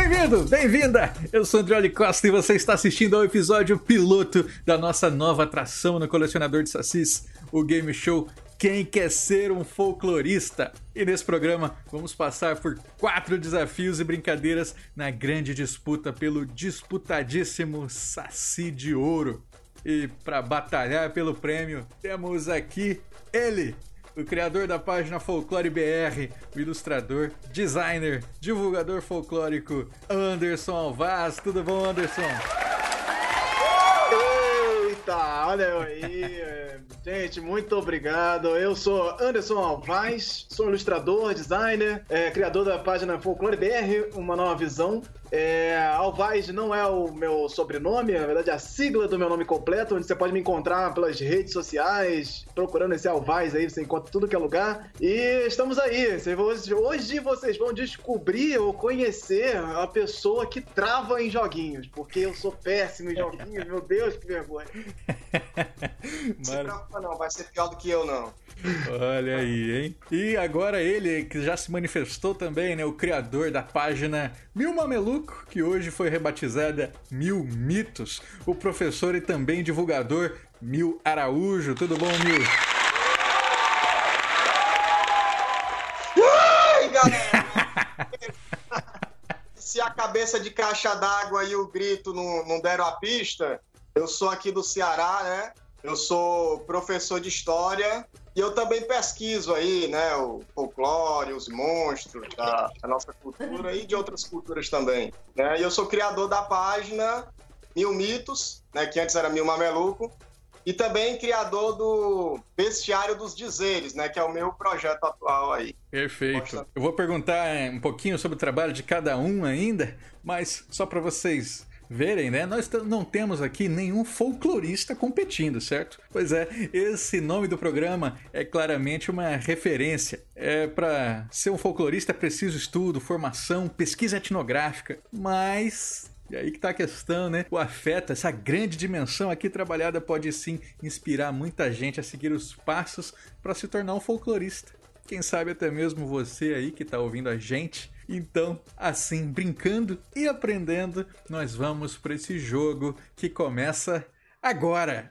Bem-vindo, bem-vinda! Eu sou Andrioli Costa e você está assistindo ao episódio piloto da nossa nova atração no Colecionador de Sacis, o game show Quem Quer Ser um Folclorista? E nesse programa vamos passar por 4 desafios e brincadeiras na grande disputa pelo disputadíssimo Saci de Ouro. E para batalhar pelo prêmio, temos aqui ele, o criador da página Folclore BR, o ilustrador, designer, divulgador folclórico, Anderson Alvaz. Tudo bom, Anderson? Eita, olha eu aí. Gente, muito obrigado. Eu sou Anderson Alvaz, sou ilustrador, designer, criador da página Folclore BR, Uma Nova Visão. Alvaz não é o meu sobrenome, na verdade é a sigla do meu nome completo, onde você pode me encontrar pelas redes sociais, procurando esse Alvaz aí, você encontra tudo que é lugar. E estamos aí. Hoje vocês vão descobrir ou conhecer a pessoa que trava em joguinhos, porque eu sou péssimo em joguinhos, meu Deus, que vergonha. Não se preocupa não, vai ser pior do que eu não. Olha aí, hein? E agora ele, que já se manifestou também, né? O criador da página Mil Mameluco, que hoje foi rebatizada Mil Mitos. O professor e também divulgador Mil Araújo. Tudo bom, Mil? Ui, galera! Se a cabeça de caixa d'água e o grito não deram a pista, eu sou aqui do Ceará, né? Eu sou professor de história e eu também pesquiso aí, né, o folclore, os monstros da nossa cultura e de outras culturas também, né? E eu sou criador da página Mil Mitos, né, que antes era Mil Mameluco, e também criador do Bestiário dos Dizeres, né, que é o meu projeto atual aí. Perfeito. Eu vou perguntar um pouquinho sobre o trabalho de cada um ainda, mas só para vocês verem, né? Nós não temos aqui nenhum folclorista competindo, certo? Pois é, esse nome do programa é claramente uma referência. Para ser um folclorista é preciso estudo, formação, pesquisa etnográfica, mas e aí que tá a questão, né? O afeto, essa grande dimensão aqui trabalhada pode sim inspirar muita gente a seguir os passos para se tornar um folclorista. Quem sabe até mesmo você aí que tá ouvindo a gente. Então, assim, brincando e aprendendo, nós vamos para esse jogo que começa agora.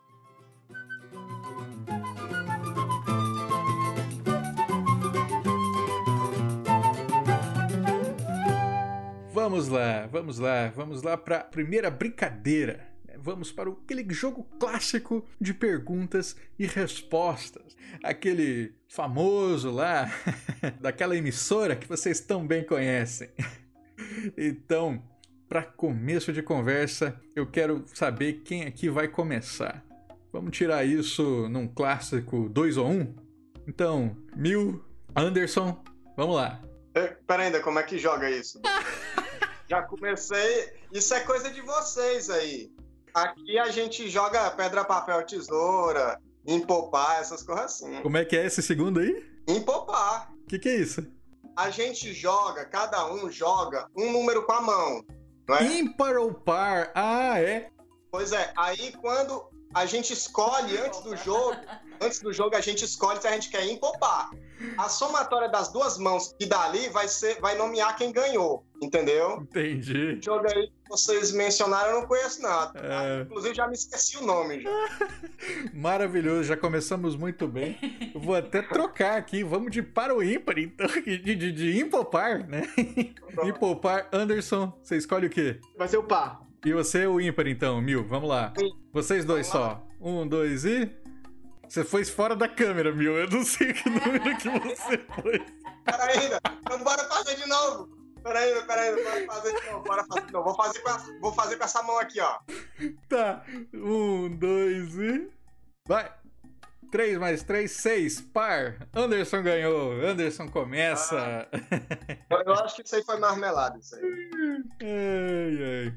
Vamos lá para a primeira brincadeira. Vamos para aquele jogo clássico de perguntas e respostas. Aquele famoso lá, daquela emissora que vocês tão bem conhecem. Então, para começo de conversa, eu quero saber quem aqui vai começar. Vamos tirar isso num clássico 2 ou 1? Então, Mil, Anderson, vamos lá. Pera ainda, como é que joga isso? Já comecei. Isso é coisa de vocês aí. Aqui a gente joga pedra, papel, tesoura, empopar, essas coisas assim. Como é que é esse segundo aí? Empopar. O que é isso? A gente joga, cada um joga um número com a mão, não é? Ímpar ou par? Ah, é? Pois é, aí quando a gente escolhe antes do jogo a gente escolhe se a gente quer empopar. A somatória das duas mãos que dá ali vai nomear quem ganhou, entendeu? Entendi. O jogo aí que vocês mencionaram eu não conheço nada. Inclusive já me esqueci o nome já. Maravilhoso, já começamos muito bem. Eu vou até trocar aqui, vamos de par ou ímpar, então, de impopar, né? Impopar. Anderson, você escolhe o quê? Vai ser o par. E você o ímpar, então, Mil, vamos lá. Sim. Vocês dois só. 1, 2 e... Você foi fora da câmera, Mil. Eu não sei que número que você foi. Peraí, então bora fazer de novo. Peraí, bora fazer de novo. Vou fazer com essa mão aqui, ó. Tá. 1, 2 e... Vai. 3 mais 3, 6. Par. Anderson ganhou. Anderson começa. Eu acho que isso aí foi marmelada, isso aí. Ai.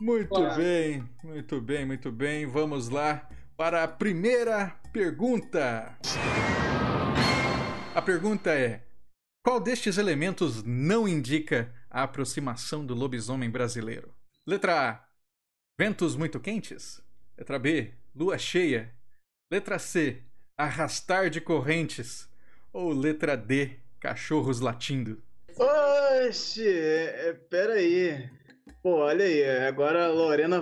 Muito bem. Vamos lá para a primeira pergunta. A pergunta é: qual destes elementos não indica a aproximação do lobisomem brasileiro? Letra A: ventos muito quentes. Letra B: lua cheia. Letra C: arrastar de correntes. Ou letra D: cachorros latindo. Oxe, peraí. Pô, olha aí, agora a Lorena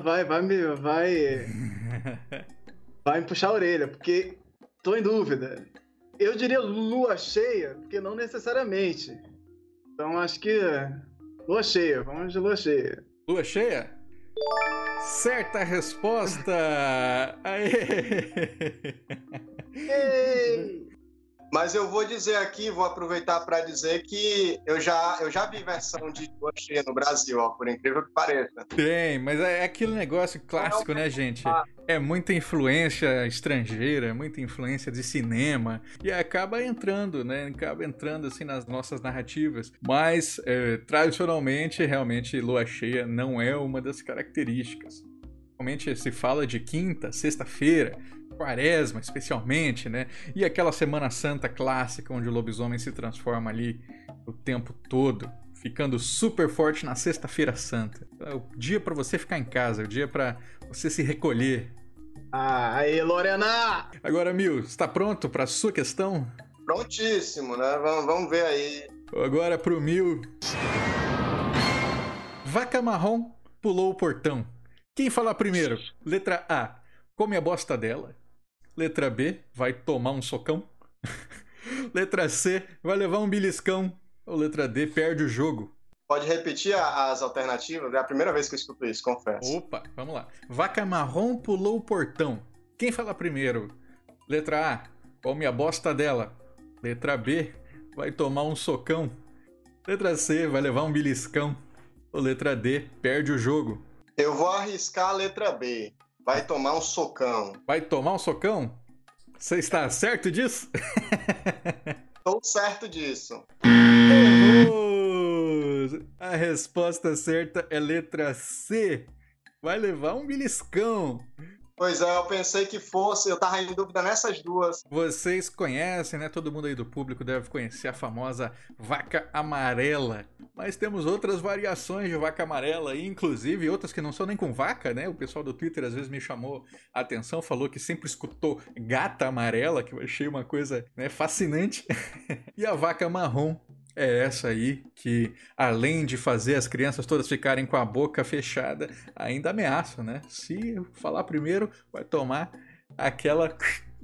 vai me puxar a orelha, porque tô em dúvida. Eu diria lua cheia, porque não necessariamente. Então acho que lua cheia, vamos de lua cheia. Lua cheia? Certa resposta! Aê! Ei! Mas eu vou dizer aqui, vou aproveitar para dizer que eu já vi versão de lua cheia no Brasil, ó, por incrível que pareça. Tem, mas é aquele negócio clássico, né, gente? É muita influência estrangeira, muita influência de cinema, e acaba entrando, né? Acaba entrando assim nas nossas narrativas. Mas, tradicionalmente, realmente, lua cheia não é uma das características. Normalmente se fala de quinta, sexta-feira, quaresma, especialmente, né? E aquela Semana Santa clássica, onde o lobisomem se transforma ali o tempo todo, ficando super forte na Sexta-feira Santa. É o dia para você ficar em casa, é o dia para você se recolher. Ah, aí, Lorena! Agora, Mil, está pronto para sua questão? Prontíssimo, né? Vamos ver aí. Agora pro Mil. Vaca marrom pulou o portão. Quem falar primeiro? Letra A, come a bosta dela. Letra B, vai tomar um socão. Letra C, vai levar um beliscão. Ou letra D, perde o jogo. Pode repetir as alternativas? É a primeira vez que eu escuto isso, confesso. Opa, vamos lá. Vaca marrom pulou o portão. Quem fala primeiro? Letra A, come a bosta dela. Letra B, vai tomar um socão. Letra C, vai levar um beliscão. Ou letra D, perde o jogo. Eu vou arriscar a letra B. Vai tomar um socão. Vai tomar um socão? Você está certo disso? Estou certo disso. Errou! A resposta certa é letra C. Vai levar um beliscão. Pois é, eu pensei que fosse, eu tava em dúvida nessas duas. Vocês conhecem, né? Todo mundo aí do público deve conhecer a famosa vaca amarela. Mas temos outras variações de vaca amarela, inclusive outras que não são nem com vaca, né? O pessoal do Twitter às vezes me chamou a atenção, falou que sempre escutou gata amarela, que eu achei uma coisa, né, fascinante. E a vaca marrom é essa aí que, além de fazer as crianças todas ficarem com a boca fechada, ainda ameaça, né? Se eu falar primeiro, vai tomar aquela...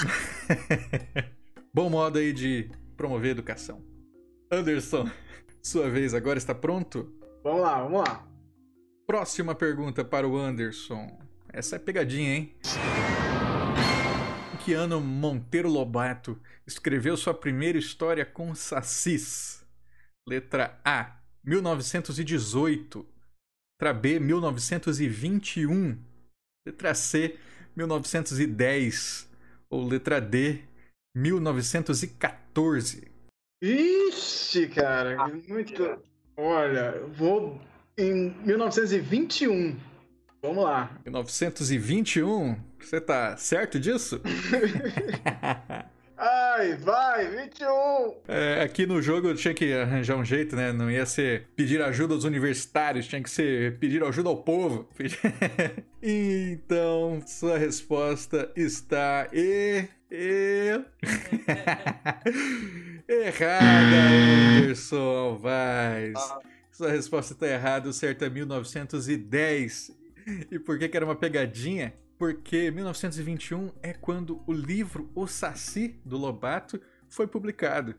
Bom modo aí de promover a educação. Anderson, sua vez agora, está pronto? Vamos lá. Próxima pergunta para o Anderson. Essa é pegadinha, hein? Em que ano Monteiro Lobato escreveu sua primeira história com sacis? Letra A, 1918. Letra B, 1921. Letra C, 1910. Ou letra D, 1914. Ixi, cara, muito. Olha, vou em 1921. Vamos lá. 1921? Você tá certo disso? Ai, vai, 21! Aqui no jogo eu tinha que arranjar um jeito, né? Não ia ser pedir ajuda aos universitários, tinha que ser pedir ajuda ao povo. Então, sua resposta está errada, Anderson Alvaz. Sua resposta está errada, o certo é 1910. E por que era uma pegadinha? Porque 1921 é quando o livro O Saci, do Lobato, foi publicado.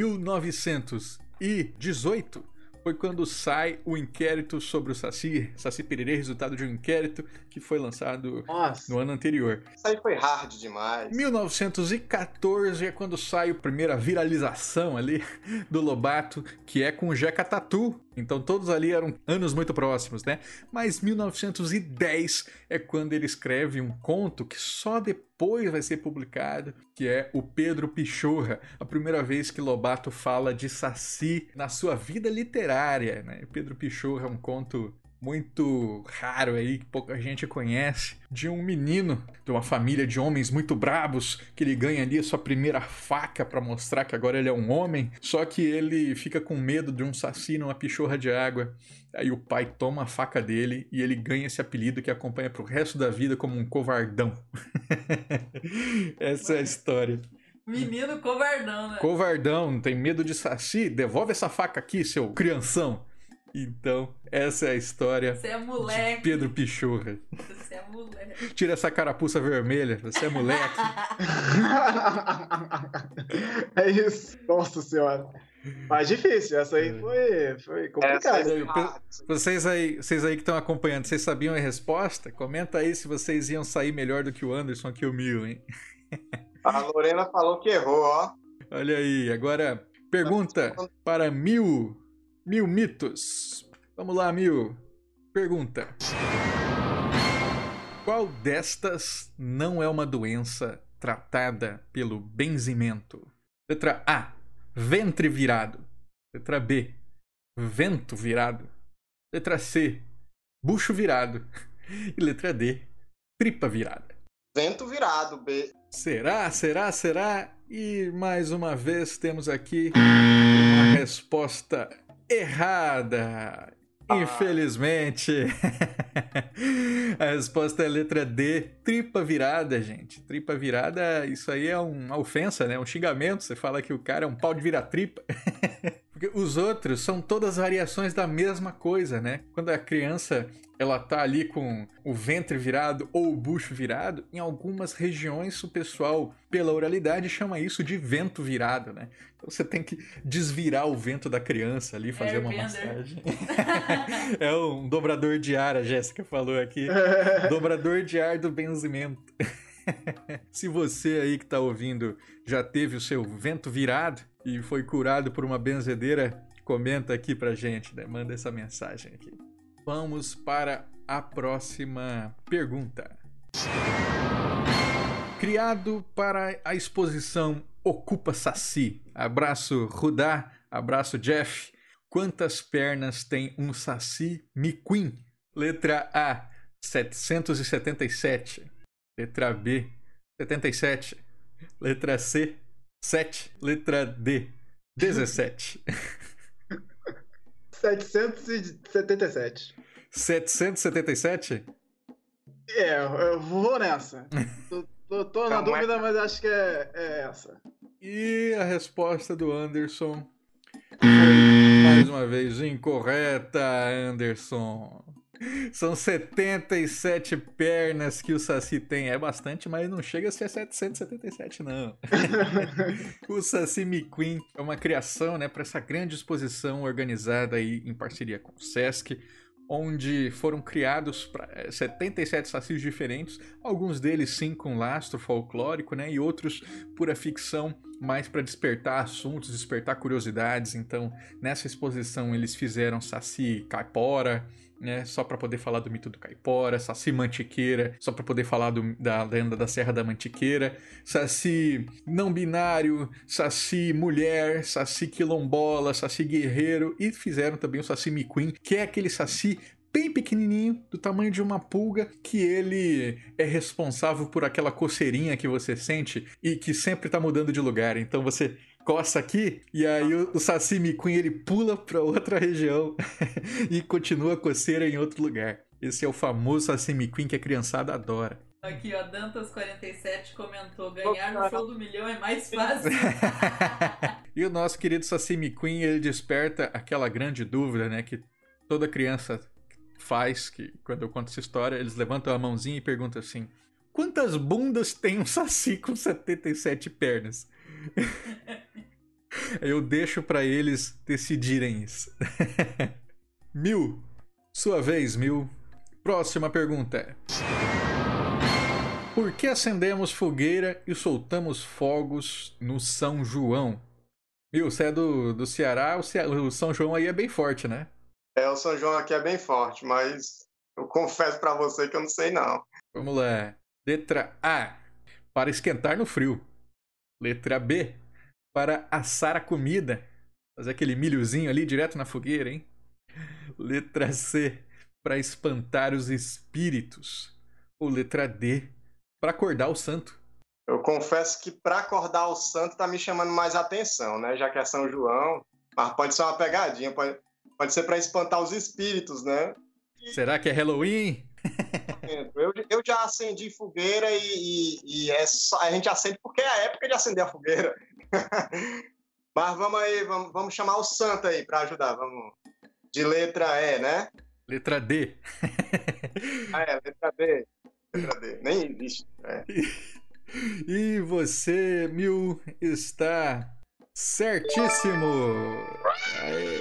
1918 foi quando sai o inquérito sobre o Saci Pererê, resultado de um inquérito que foi lançado no ano anterior. Isso aí foi hard demais. 1914 é quando sai a primeira viralização ali do Lobato, que é com o Jeca Tatu. Então todos ali eram anos muito próximos, né? Mas 1910 é quando ele escreve um conto que só depois vai ser publicado, que é o Pedro Pichorra, a primeira vez que Lobato fala de Saci na sua vida literária, né? Pedro Pichorra é um conto muito raro aí, que pouca gente conhece, de um menino de uma família de homens muito brabos, que ele ganha ali a sua primeira faca para mostrar que agora ele é um homem, só que ele fica com medo de um saci numa pichorra de água. Aí o pai toma a faca dele e ele ganha esse apelido que acompanha pro resto da vida como um covardão. Essa é a história Menino covardão, né? Covardão, não tem medo de saci? Devolve essa faca aqui, seu crianção. Então, essa é a história Você é moleque. de Pedro Pichorra. Você é moleque. Tira essa carapuça vermelha, você é moleque. É isso. Nossa senhora. Mas difícil, essa aí foi complicada. Vocês aí que estão acompanhando, vocês sabiam a resposta? Comenta aí se vocês iam sair melhor do que o Anderson aqui, o Mil, hein? A Lorena falou que errou, ó. Olha aí, agora pergunta para Mil Mitos. Vamos lá, Mil. Pergunta. Qual destas não é uma doença tratada pelo benzimento? Letra A, ventre virado. Letra B, vento virado. Letra C, bucho virado. E letra D, tripa virada. Vento virado, B. Será? E mais uma vez temos aqui uma resposta errada. Infelizmente. A resposta é a letra D, tripa virada, gente. Tripa virada, isso aí é uma ofensa, né? Um xingamento. Você fala que o cara é um pau de vira-tripa. Porque os outros são todas variações da mesma coisa, né? Quando a criança ela tá ali com o ventre virado ou o bucho virado, em algumas regiões o pessoal, pela oralidade, chama isso de vento virado, né? Então você tem que desvirar o vento da criança ali, fazer uma massagem. É um dobrador de ar, a Jéssica falou aqui. Dobrador de ar do benzimento. Se você aí que tá ouvindo já teve o seu vento virado e foi curado por uma benzedeira, comenta aqui pra gente, né? Manda essa mensagem aqui. Vamos para a próxima pergunta. Criado para a exposição Ocupa Saci. Abraço Rudá, abraço Jeff. Quantas pernas tem um Saci McQueen? Letra A, 777. Letra B, 77. Letra C, 7. Letra D, 17. 777. 777? Eu vou nessa. Tô na dúvida, mas acho que é essa. E a resposta do Anderson foi, mais uma vez, incorreta, Anderson. São 77 pernas que o Saci tem. É bastante, mas não chega a ser 777, não. O Saci McQueen é uma criação, né, para essa grande exposição organizada aí em parceria com o Sesc, onde foram criados 77 sacis diferentes, alguns deles sim com lastro folclórico, né, e outros pura ficção, mais para despertar assuntos, despertar curiosidades. Então, nessa exposição eles fizeram Saci Caipora, né, só para poder falar do mito do Caipora, Saci Mantiqueira, só para poder falar da lenda da Serra da Mantiqueira, Saci não binário, Saci mulher, Saci quilombola, Saci guerreiro, e fizeram também o Saci McQueen, que é aquele Saci bem pequenininho, do tamanho de uma pulga, que ele é responsável por aquela coceirinha que você sente e que sempre tá mudando de lugar. Então você coça aqui e aí o Saci McQueen ele pula para outra região e continua a coceira em outro lugar. Esse é o famoso Saci McQueen que a criançada adora. Aqui, ó, Dantas47 comentou: ganhar no show do milhão é mais fácil. E o nosso querido Saci McQueen, ele desperta aquela grande dúvida, né, que toda criança faz, que quando eu conto essa história, eles levantam a mãozinha e perguntam assim: quantas bundas tem um Saci com 77 pernas? Eu deixo pra eles decidirem isso. Mil, sua vez, Mil. Próxima pergunta. Por que acendemos fogueira e soltamos fogos no São João? Mil, você é do Ceará, o São João aí é bem forte, né? O São João aqui é bem forte, mas eu confesso pra você que eu não sei não. Vamos lá. Letra A, para esquentar no frio. Letra B, para assar a comida. Fazer aquele milhozinho ali direto na fogueira, hein? Letra C, para espantar os espíritos. Ou letra D, para acordar o santo. Eu confesso que para acordar o santo tá me chamando mais atenção, né? Já que é São João, mas pode ser uma pegadinha, pode ser para espantar os espíritos, né? Será que é Halloween? Eu já acendi fogueira e a gente acende porque é a época de acender a fogueira. Mas vamos aí, vamos chamar o santo aí para ajudar. Vamos. De letra E, né? Letra D. Letra D. Letra D. Nem existe. E você, Mil, está certíssimo. Aê.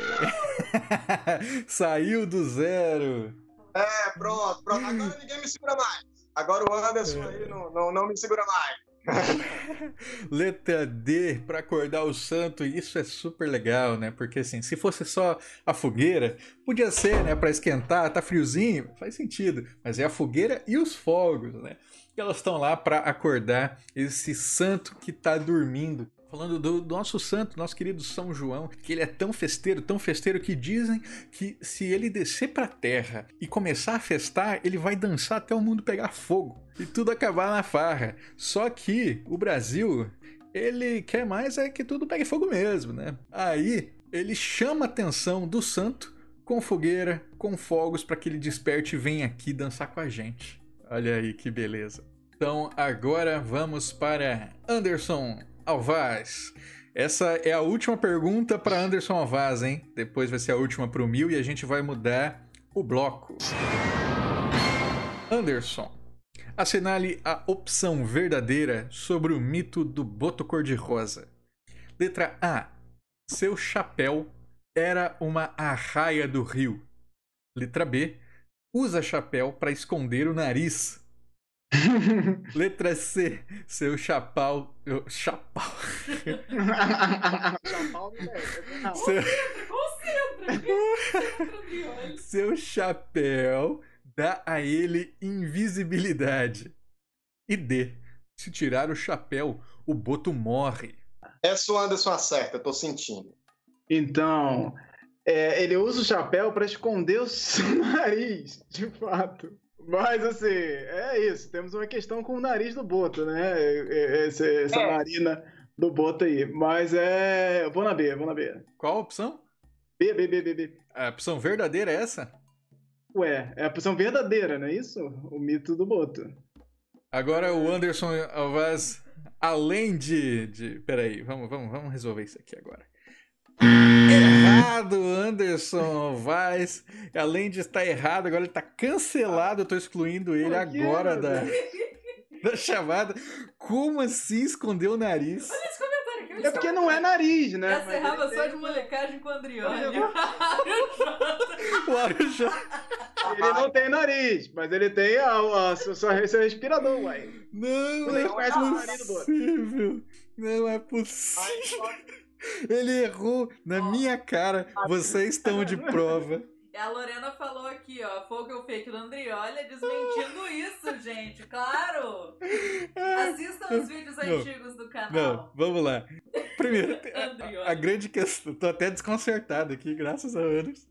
Saiu do zero. Pronto. Agora ninguém me segura mais. Agora o Anderson aí não me segura mais. Letra D para acordar o santo, isso é super legal, né? Porque assim, se fosse só a fogueira, podia ser, né, para esquentar, tá friozinho, faz sentido, mas é a fogueira e os fogos, né? E elas estão lá para acordar esse santo que tá dormindo. Falando do nosso santo, nosso querido São João, que ele é tão festeiro que dizem que se ele descer pra terra e começar a festar, ele vai dançar até o mundo pegar fogo e tudo acabar na farra. Só que o Brasil, ele quer mais é que tudo pegue fogo mesmo, né? Aí ele chama a atenção do santo com fogueira, com fogos, para que ele desperte e venha aqui dançar com a gente. Olha aí que beleza. Então agora vamos para Anderson Alvaz. Essa é a última pergunta para Anderson Alvaz, hein? Depois vai ser a última para o Mil e a gente vai mudar o bloco. Anderson, assinale a opção verdadeira sobre o mito do boto cor-de-rosa. Letra A. Seu chapéu era uma arraia do rio. Letra B. Usa chapéu para esconder o nariz. Letra C. Seu chapéu. Chapéu. Seu chapéu dá a ele invisibilidade. E D. Se tirar o chapéu, o boto morre. Essa o Anderson acerta, eu tô sentindo. Então, ele usa o chapéu para esconder o seu nariz, de fato. Mas, assim, é isso. Temos uma questão com o nariz do boto, né? Essa narina do boto aí. Mas eu vou na B. Qual a opção? B. A opção verdadeira é essa? Ué, é a opção verdadeira, não é isso? O mito do boto. Agora o Anderson Alvaz, além de... Peraí, vamos resolver isso aqui agora. Errado, Anderson Alvaz. Além de estar errado, agora ele está cancelado. Eu tô excluindo ele agora da chamada. Como assim esconder o nariz? Olha esse comentário aqui. É porque não é nariz, né? Essa errava só de molecagem com o Andrioli. O Arujá. Ele não tem nariz, mas ele tem seu respirador, uai. Não é possível. Não é possível. Ele errou na minha cara. Vocês estão de prova. A Lorena falou aqui, ó, fogo ou fake do Andrioli, desmentindo isso, gente, claro! Assistam os vídeos antigos do canal. Não, vamos lá. Primeiro, a grande questão, tô até desconcertado aqui, graças a Anderson.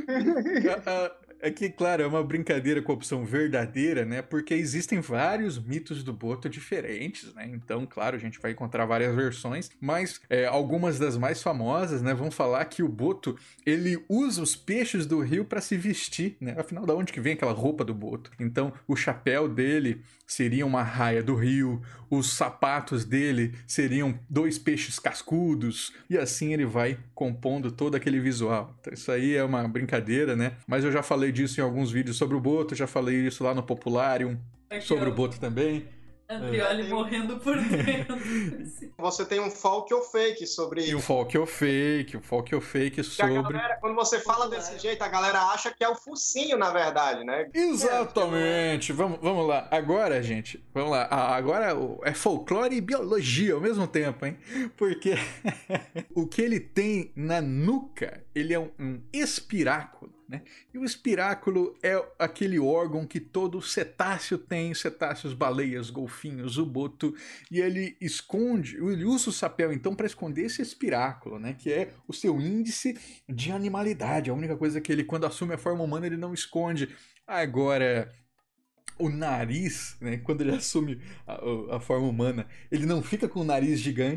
É que, claro, é uma brincadeira com a opção verdadeira, né? Porque existem vários mitos do boto diferentes, né? Então, claro, a gente vai encontrar várias versões, mas algumas das mais famosas, né? Vão falar que o boto, ele usa os peixes do rio para se vestir, né? Afinal, da onde que vem aquela roupa do boto? Então, o chapéu dele seria uma raia do rio, os sapatos dele seriam 2 peixes cascudos, e assim ele vai compondo todo aquele visual. Então, isso aí é uma brincadeira, né? Mas eu já falei disso em alguns vídeos sobre o boto, já falei isso lá no Popularium, sobre o boto também. Andrioli morrendo por dentro. Você tem um folk ou fake sobre isso. E o folk ou fake sobre... Quando você fala desse jeito, a galera acha que é o focinho, na verdade, né? Exatamente. Vamos lá. Agora, gente, vamos lá. Agora é folclore e biologia ao mesmo tempo, hein? Porque o que ele tem na nuca, ele é um espiráculo, né? E o espiráculo é aquele órgão que todo cetáceo tem, cetáceos, baleias, golfinhos, o boto, e ele usa o chapéu então para esconder esse espiráculo, né? Que é o seu índice de animalidade, a única coisa que ele, quando assume a forma humana, ele não esconde. Agora, o nariz, né? Quando ele assume a forma humana, ele não fica com o nariz gigante,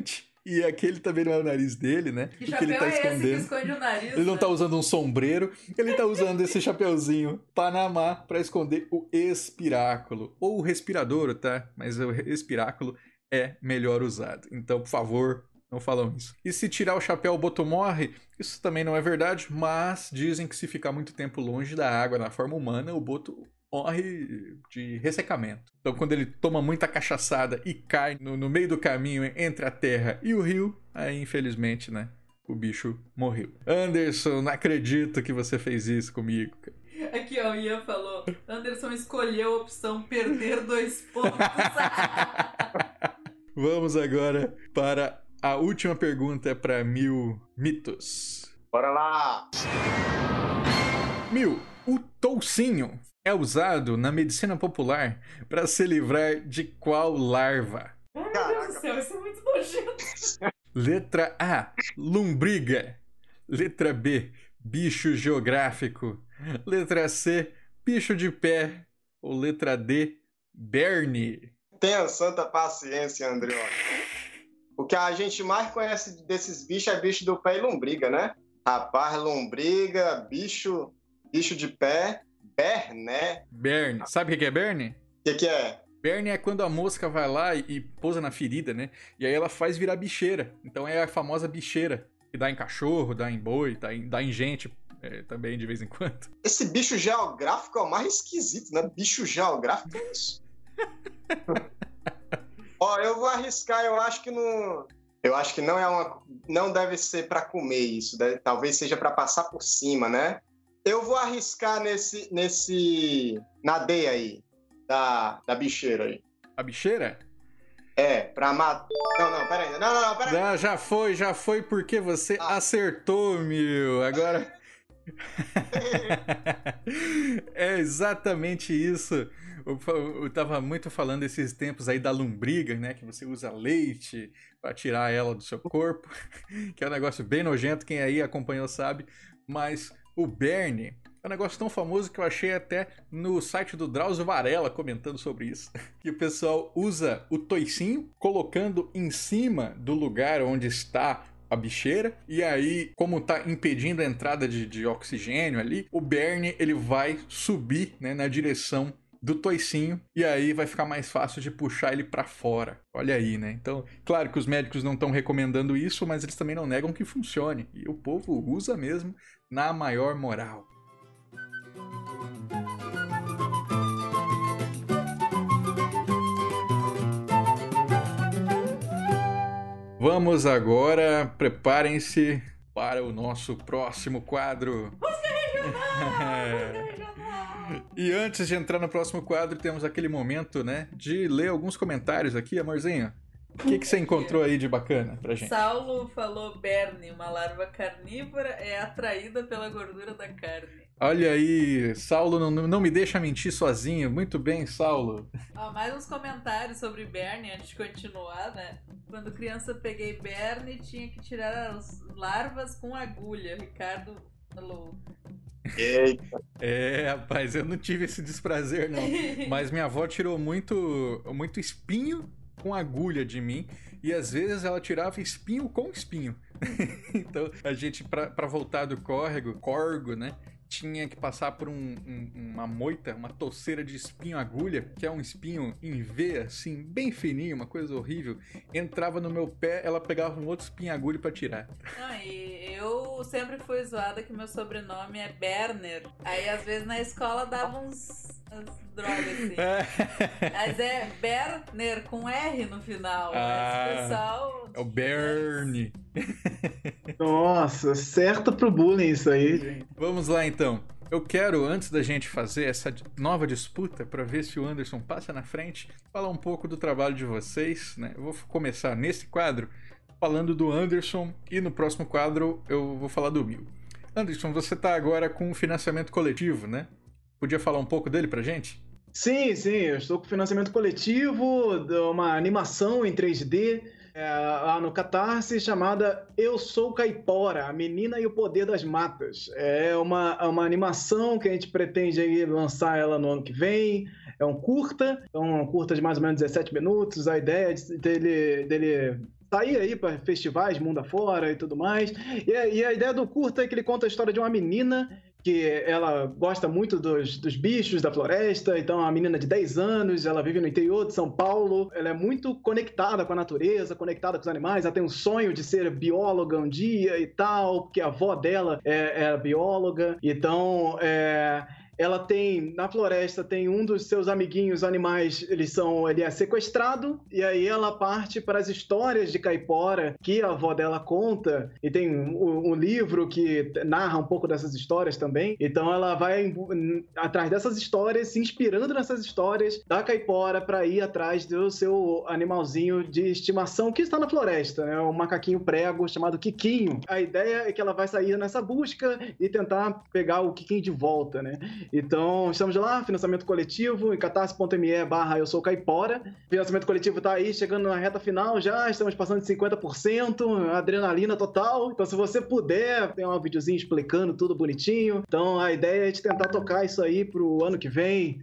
E aquele também não é o nariz dele, né? Que Porque ele chapéu tá é esse que escondendo. esconde o nariz? Ele não né? tá usando um sombreiro, ele tá usando esse chapeuzinho Panamá pra esconder o espiráculo. Ou o respirador, tá? Mas o espiráculo é melhor usado. Então, por favor, não falam isso. E se tirar o chapéu, o boto morre? Isso também não é verdade, mas dizem que se ficar muito tempo longe da água na forma humana, o boto morre de ressecamento. Então, quando ele toma muita cachaçada e cai no meio do caminho entre a terra e o rio, aí, infelizmente, né, o bicho morreu. Anderson, não acredito que você fez isso comigo. Aqui, ó, o Ian falou, Anderson escolheu a opção perder 2 pontos. Vamos agora para a última pergunta para 1000 mitos. Bora lá! 1000. O toucinho é usado na medicina popular para se livrar de qual larva? Ai, meu Deus do céu, isso é muito nojento. Letra A, lombriga. Letra B, bicho geográfico. Letra C, bicho de pé. Ou letra D, berne. Tenha santa paciência, André. O que a gente mais conhece desses bichos é bicho do pé e lombriga, né? Rapaz, lombriga, bicho de pé, berné. Berne. Sabe o que é berne? O que é? Berne é quando a mosca vai lá e pousa na ferida, né? E aí ela faz virar bicheira. Então é a famosa bicheira. Que dá em cachorro, dá em boi, dá em gente também de vez em quando. Esse bicho geográfico é o mais esquisito, né? Bicho geográfico é isso. Ó, eu vou arriscar, eu acho que não. Eu acho que não é uma. Não deve ser pra comer isso. Talvez seja pra passar por cima, né? Eu vou arriscar na D aí. Da bicheira aí. A bicheira? Pra matar. Não, pera aí. Não, pera aí. Ah, já foi porque você acertou, meu. Agora. É exatamente isso. Eu tava muito falando esses tempos aí da lombriga, né? Que você usa leite pra tirar ela do seu corpo. Que é um negócio bem nojento, quem aí acompanhou sabe. Mas o berne é um negócio tão famoso que eu achei até no site do Drauzio Varela comentando sobre isso. Que o pessoal usa o toicinho colocando em cima do lugar onde está a bicheira, e aí, como tá impedindo a entrada de oxigênio ali, o berne ele vai subir, né, na direção do toicinho, e aí vai ficar mais fácil de puxar ele para fora. Olha aí, né? Então, claro que os médicos não estão recomendando isso, mas eles também não negam que funcione, e o povo usa mesmo na maior moral. Vamos agora, preparem-se para o nosso próximo quadro. Música regional! E antes de entrar no próximo quadro, temos aquele momento, né, de ler alguns comentários aqui, amorzinho. O que você encontrou aí de bacana pra gente? Saulo falou berne, uma larva carnívora é atraída pela gordura da carne. Olha aí, Saulo não me deixa mentir sozinho. Muito bem, Saulo. Ó, mais uns comentários sobre berne antes de continuar, né? Quando criança peguei berne, tinha que tirar as larvas com agulha. Ricardo falou. Eita. Rapaz, eu não tive esse desprazer, não. Mas minha avó tirou muito espinho com agulha de mim. E às vezes ela tirava espinho com espinho. Então, a gente, pra voltar do corgo, né? Tinha que passar por uma moita, uma touceira de espinho-agulha, que é um espinho em V, assim, bem fininho, uma coisa horrível. Entrava no meu pé, ela pegava um outro espinho-agulha pra tirar. E eu sempre fui zoada que meu sobrenome é Berner. Aí, às vezes, na escola dava umas drogas, assim. Mas é Berner, com R no final. Mas o pessoal... É o Bernie. Nossa, certo pro bullying isso aí, gente. Vamos lá, então. Eu quero, antes da gente fazer essa nova disputa, para ver se o Anderson passa na frente, falar um pouco do trabalho de vocês, né? Eu vou começar nesse quadro falando do Anderson e no próximo quadro eu vou falar do 1000. Anderson, você tá agora com o financiamento coletivo, né? Podia falar um pouco dele pra gente? Sim, eu estou com financiamento coletivo de uma animação em 3D lá no Catarse chamada Eu Sou Caipora, a Menina e o Poder das Matas. É uma animação que a gente pretende aí lançar ela no ano que vem. É um curta de mais ou menos 17 minutos. A ideia é dele sair aí para festivais, mundo afora e tudo mais. E a ideia do curta é que ele conta a história de uma menina que ela gosta muito dos bichos da floresta, então é uma menina de 10 anos, ela vive no interior de São Paulo, ela é muito conectada com a natureza, conectada com os animais, ela tem um sonho de ser bióloga um dia e tal, porque a avó dela é bióloga, então ela tem, na floresta, tem um dos seus amiguinhos animais, ele é sequestrado, e aí ela parte para as histórias de caipora que a avó dela conta, e tem um livro que narra um pouco dessas histórias também, então ela vai atrás dessas histórias, se inspirando nessas histórias da caipora para ir atrás do seu animalzinho de estimação que está na floresta, né? Um macaquinho prego chamado Quiquinho. A ideia é que ela vai sair nessa busca e tentar pegar o Quiquinho de volta, né? Então, estamos lá, financiamento coletivo, em catarse.me/eu sou caipora. O financiamento coletivo tá aí, chegando na reta final já, estamos passando de 50%, adrenalina total. Então, se você puder, tem um videozinho explicando tudo bonitinho. Então, a ideia é de tentar tocar isso aí pro ano que vem.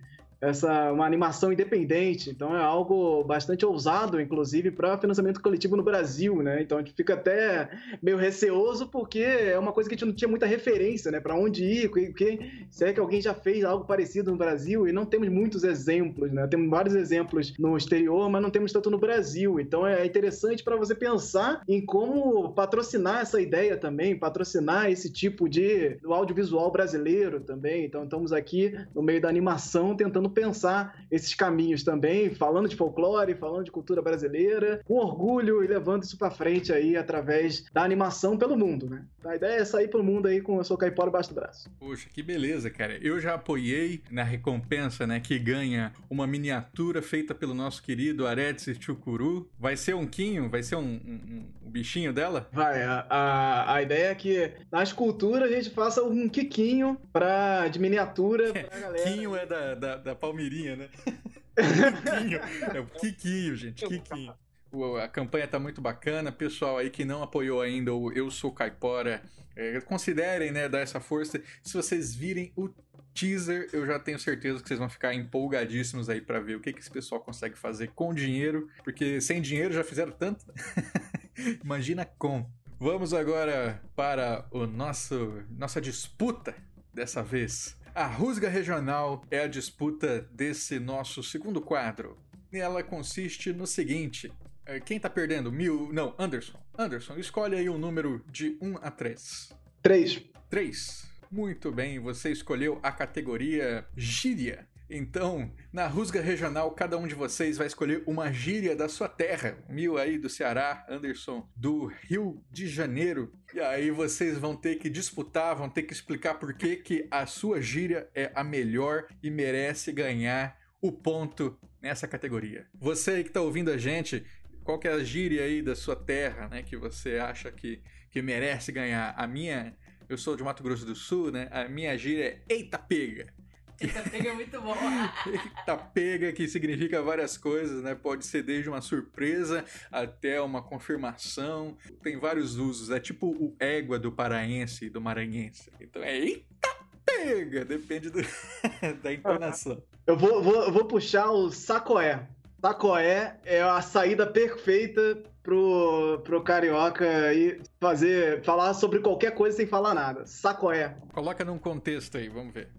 Uma animação independente, então é algo bastante ousado, inclusive, para financiamento coletivo no Brasil, né? Então a gente fica até meio receoso, porque é uma coisa que a gente não tinha muita referência, né? Para onde ir, se é que alguém já fez algo parecido no Brasil, e não temos muitos exemplos, né? Temos vários exemplos no exterior, mas não temos tanto no Brasil, então é interessante para você pensar em como patrocinar essa ideia também, patrocinar esse tipo do audiovisual brasileiro também. Então estamos aqui no meio da animação tentando pensar esses caminhos também, falando de folclore, falando de cultura brasileira, com orgulho e levando isso pra frente aí através da animação pelo mundo, né? A ideia é sair pelo mundo aí com Eu Sou Caipora embaixo do braço. Poxa, que beleza, cara. Eu já apoiei na recompensa, né, que ganha uma miniatura feita pelo nosso querido Aredes Chucuru. Vai ser um quinho? Vai ser um bichinho dela? Vai. A ideia é que na escultura a gente faça um quiquinho de miniatura pra galera. Quinho é da Palmeirinha, né? Quiquinho. É o Quiquinho, gente. Quiquinho. A campanha tá muito bacana. Pessoal aí que não apoiou ainda o Eu Sou Caipora, considerem, né, dar essa força. Se vocês virem o teaser, eu já tenho certeza que vocês vão ficar empolgadíssimos aí pra ver o que esse pessoal consegue fazer com dinheiro, porque sem dinheiro já fizeram tanto. Imagina com. Vamos agora para nossa disputa dessa vez. A Rusga Regional é a disputa desse nosso segundo quadro. Ela consiste no seguinte: quem tá perdendo? Não, Anderson. Anderson, escolhe aí um número de 1 a 3. 3. 3. Muito bem, você escolheu a categoria gíria. Então, na Rusga Regional, cada um de vocês vai escolher uma gíria da sua terra. Mil aí do Ceará, Anderson do Rio de Janeiro. E aí vocês vão ter que disputar, vão ter que explicar por que a sua gíria é a melhor e merece ganhar o ponto nessa categoria. Você aí que tá ouvindo a gente, qual que é a gíria aí da sua terra, né, que você acha que merece ganhar? A minha, eu sou de Mato Grosso do Sul, né? A minha gíria é eita pega. Eita pega é muito bom. Eita pega, que significa várias coisas, né? Pode ser desde uma surpresa até uma confirmação. Tem vários usos. É tipo o égua do paraense e do maranhense. Então é eita pega, depende da entonação. Eu vou puxar o sacoé. Sacoé é a saída perfeita pro carioca e falar sobre qualquer coisa sem falar nada. Sacoé. Coloca num contexto aí, vamos ver.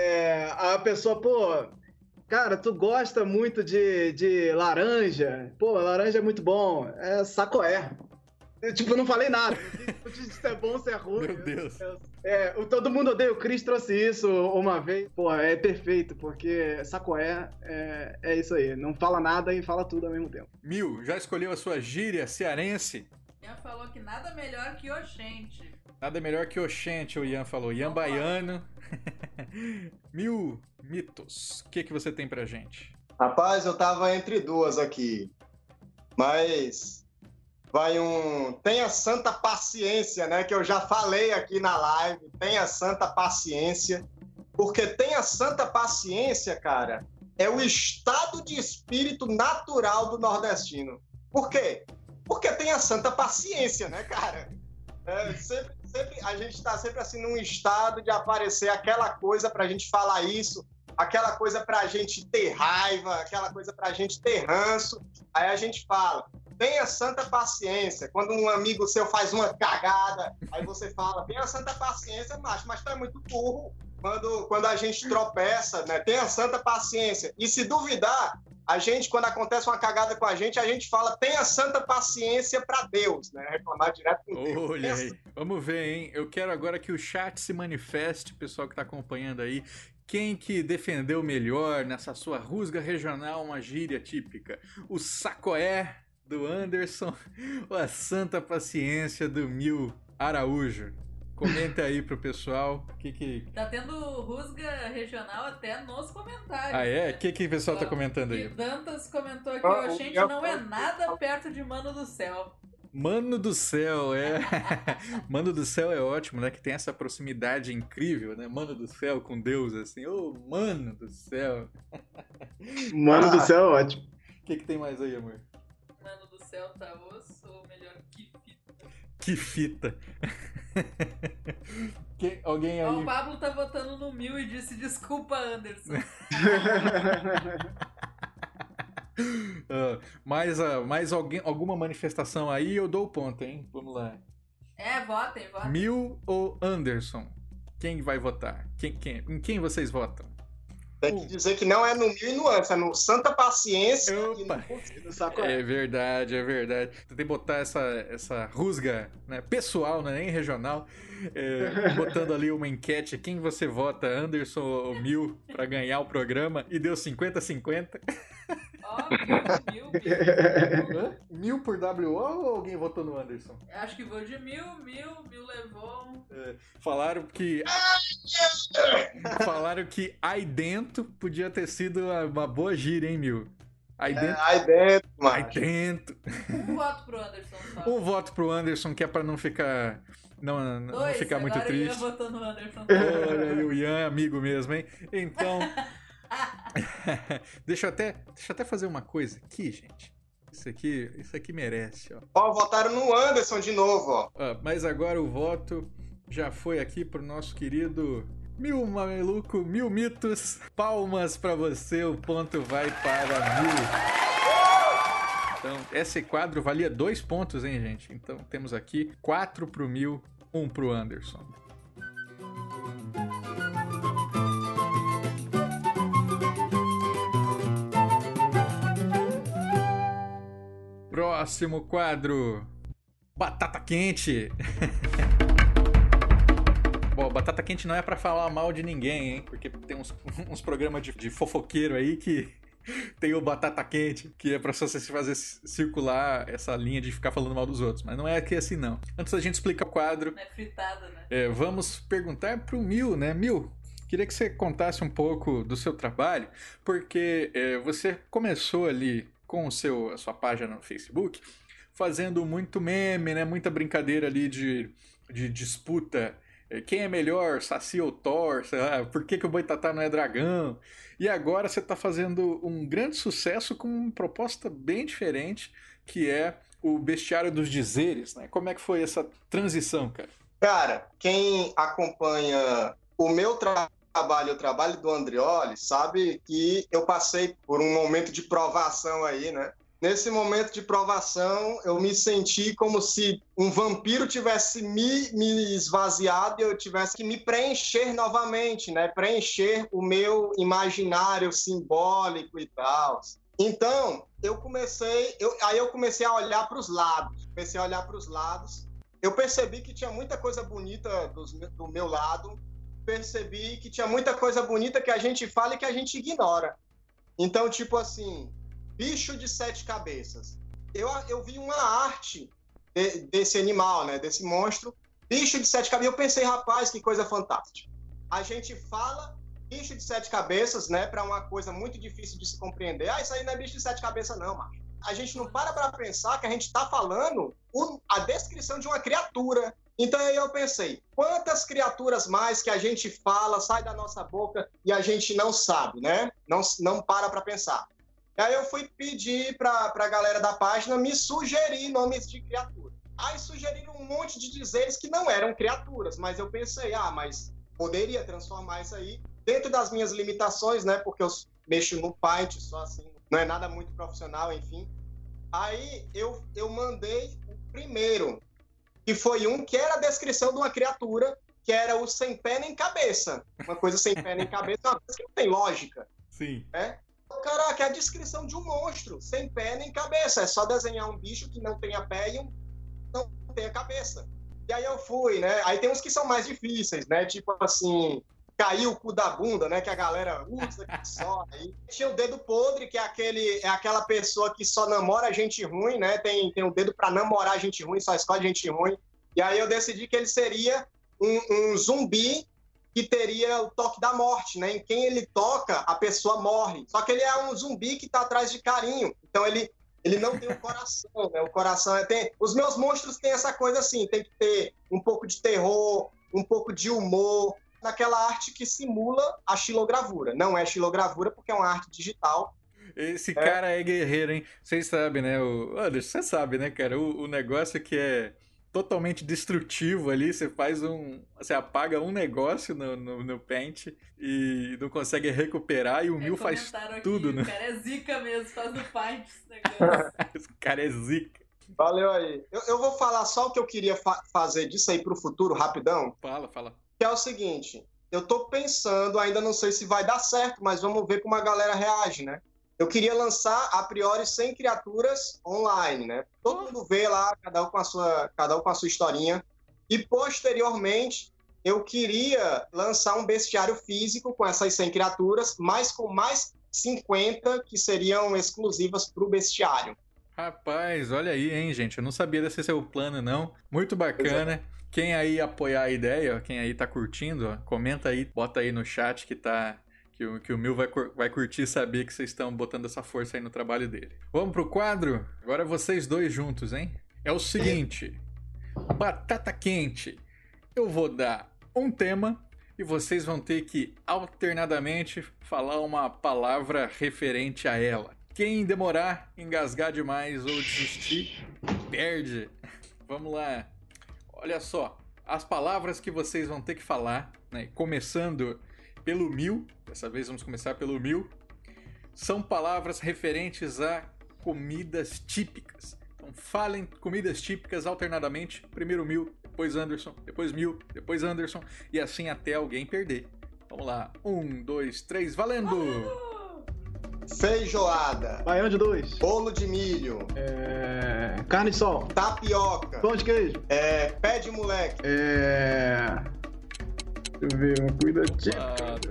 A pessoa, cara, tu gosta muito de laranja? Laranja é muito bom. É sacoé. Eu não falei nada. Eu disse se é bom, se é ruim. Meu Deus. Todo mundo odeia o Chris, trouxe isso uma vez. É perfeito, porque sacoé é isso aí. Não fala nada e fala tudo ao mesmo tempo. Mil, já escolheu a sua gíria cearense? Ian falou que nada melhor que oxente. Nada melhor que oxente, o Ian falou. Ian baiano. Mil mitos. O que você tem pra gente? Rapaz, eu tava entre duas aqui. Mas... tenha santa paciência, né? Que eu já falei aqui na live. Tenha santa paciência. Porque tenha santa paciência, cara, é o estado de espírito natural do nordestino. Por quê? Porque tenha santa paciência, né, cara? Sempre, a gente tá sempre assim num estado de aparecer aquela coisa pra gente falar isso, aquela coisa pra gente ter raiva, aquela coisa pra gente ter ranço. Aí a gente fala, tenha santa paciência. Quando um amigo seu faz uma cagada, aí você fala, tenha santa paciência, macho, mas tu é muito burro. Quando a gente tropeça, né? Tenha santa paciência. E se duvidar, a gente, quando acontece uma cagada com a gente fala, tenha santa paciência para Deus, né? Reclamar direto com Deus. Olha aí, vamos ver, hein? Eu quero agora que o chat se manifeste, pessoal que tá acompanhando aí. Quem que defendeu melhor nessa sua rusga regional uma gíria típica? O sacoé do Anderson ou a santa paciência do Mil Araújo? Comenta aí pro pessoal. Tá tendo rusga regional até nos comentários. Ah, é? Né? O que o pessoal tá comentando aí? E Dantas comentou aqui, a gente não é nada perto de Mano do Céu. Mano do Céu, é. Mano do Céu é ótimo, né? Que tem essa proximidade incrível, né? Mano do Céu com Deus, assim. Ô, Mano do Céu. Mano do Céu é ótimo. O que tem mais aí, amor? Mano do Céu tá osso, ou melhor, que fita. Que fita. Alguém aí... O Pablo tá votando no 1000 e disse desculpa, Anderson. Mais alguma manifestação aí, eu dou o ponto, hein? Vamos lá. Votem. 1000 ou Anderson? Quem vai votar? Em quem vocês votam? Tem que dizer que não é no 1000 e no Anderson, é no Santa Paciência. Opa. E no Sacoé. É verdade. Tem que botar essa rusga, né, pessoal, não é nem regional, botando ali uma enquete, quem você vota, Anderson ou 1000, pra ganhar o programa, e deu 50-50. Mil. 1000 por WO ou alguém votou no Anderson? Acho que vou de 1000 levou. Falaram que aí dentro podia ter sido uma boa gíria, hein, 1000? Aí dentro, mano. Aí dentro. Um voto pro Anderson só. Um voto pro Anderson, que é pra não ficar... Não ficar muito triste. Ian votou no Anderson. Olha aí, o Ian é amigo mesmo, hein? Então... deixa eu até fazer uma coisa aqui, gente. Isso aqui merece, ó. Votaram no Anderson de novo, ó. Mas agora o voto já foi aqui pro nosso querido 1000 Mameluco, 1000 mitos. Palmas pra você, o ponto vai para 1000. Então, esse quadro valia 2 pontos, hein, gente? Então, temos aqui 4 pro 1000, 1 pro Anderson. Próximo quadro. Batata quente. Bom, batata quente não é pra falar mal de ninguém, hein? Porque tem uns programas de fofoqueiro aí que tem o batata quente, que é pra você se fazer circular essa linha de ficar falando mal dos outros. Mas não é aqui assim, não. Antes da gente explicar o quadro... É fritada, né? Vamos perguntar pro 1000, né? 1000, queria que você contasse um pouco do seu trabalho, porque você começou ali com a sua página no Facebook, fazendo muito meme, né? Muita brincadeira ali de disputa. Quem é melhor, Saci ou Thor? Sei lá, por que o Boitatá não é dragão? E agora você está fazendo um grande sucesso com uma proposta bem diferente, que é o Bestiário dos Dizeres, né? Como é que foi essa transição, cara? Cara, quem acompanha o meu trabalho, o trabalho do Andrioli, sabe que eu passei por um momento de provação aí, né? Nesse momento de provação, eu me senti como se um vampiro tivesse me esvaziado e eu tivesse que me preencher novamente, né? Preencher o meu imaginário simbólico e tal. Então, eu comecei a olhar para os lados. Eu percebi que tinha muita coisa bonita do meu lado. Percebi que tinha muita coisa bonita que a gente fala e que a gente ignora. Então, tipo assim... Bicho de 7 cabeças. Eu vi uma arte desse animal, né? Desse monstro. Bicho de 7 cabeças. Eu pensei, rapaz, que coisa fantástica. A gente fala bicho de 7 cabeças, né? Para uma coisa muito difícil de se compreender. Isso aí não é bicho de 7 cabeças, não, macho. A gente não para pensar que a gente está falando a descrição de uma criatura. Então aí eu pensei, quantas criaturas mais que a gente fala, sai da nossa boca e a gente não sabe, né? Não para pensar. Aí eu fui pedir para a galera da página me sugerir nomes de criaturas. Aí sugeriram um monte de dizeres que não eram criaturas, mas eu pensei, mas poderia transformar isso aí dentro das minhas limitações, né? Porque eu mexo no Paint só assim, não é nada muito profissional, enfim. Aí eu mandei o primeiro, que foi um que era a descrição de uma criatura, que era o sem pé nem cabeça. Uma coisa sem pé nem cabeça é uma coisa que não tem lógica. Sim. Caraca, é a descrição de um monstro, sem pé nem cabeça. É só desenhar um bicho que não tenha pé e não tenha cabeça. E aí eu fui, né? Aí tem uns que são mais difíceis, né? Tipo assim, caiu o cu da bunda, né? Que a galera usa, que só. Aí tinha o dedo podre, que é aquela pessoa que só namora gente ruim, né? Tem o dedo pra namorar gente ruim, só escolhe gente ruim. E aí eu decidi que ele seria um zumbi que teria o toque da morte, né? Em quem ele toca, a pessoa morre. Só que ele é um zumbi que tá atrás de carinho. Então ele não tem um coração, né? O coração Os meus monstros têm essa coisa assim, tem que ter um pouco de terror, um pouco de humor, naquela arte que simula a xilogravura. Não é xilogravura porque é uma arte digital. Esse cara é guerreiro, hein? Vocês sabem, né? Anderson, você sabe, né, cara? O negócio que é totalmente destrutivo ali, você apaga um negócio no Paint e não consegue recuperar, e o Mil faz tudo, né? O cara é zica mesmo, faz no Paint esse negócio. O cara é zica. Valeu aí. Eu vou falar só o que eu queria fazer disso aí pro futuro, rapidão. Fala. Que é o seguinte, eu tô pensando, ainda não sei se vai dar certo, mas vamos ver como a galera reage, né? Eu queria lançar, a priori, 100 criaturas online, né? Todo mundo vê lá, cada um com a sua historinha. E, posteriormente, eu queria lançar um bestiário físico com essas 100 criaturas, mas com mais 50 que seriam exclusivas para o bestiário. Rapaz, olha aí, hein, gente? Eu não sabia desse seu plano, não. Muito bacana. Quem aí apoiar a ideia, ó, quem aí tá curtindo, ó, comenta aí, bota aí no chat que o Mil vai curtir saber que vocês estão botando essa força aí no trabalho dele. Vamos pro quadro? Agora vocês dois juntos, hein? É o seguinte, batata quente. Eu vou dar um tema e vocês vão ter que alternadamente falar uma palavra referente a ela. Quem demorar, engasgar demais ou desistir, perde. Vamos lá. Olha só, as palavras que vocês vão ter que falar, né? Começando pelo Mil, dessa vez vamos começar pelo Mil, são palavras referentes a comidas típicas. Então falem comidas típicas alternadamente, primeiro Mil, depois Anderson, depois Mil, depois Anderson, e assim até alguém perder. Vamos lá, 1, 2, 3, valendo! Feijoada. Baião de 2. Bolo de milho. Carne de sol. Tapioca. Pão de queijo. Pé de moleque. Deixa eu ver, uma comida típica.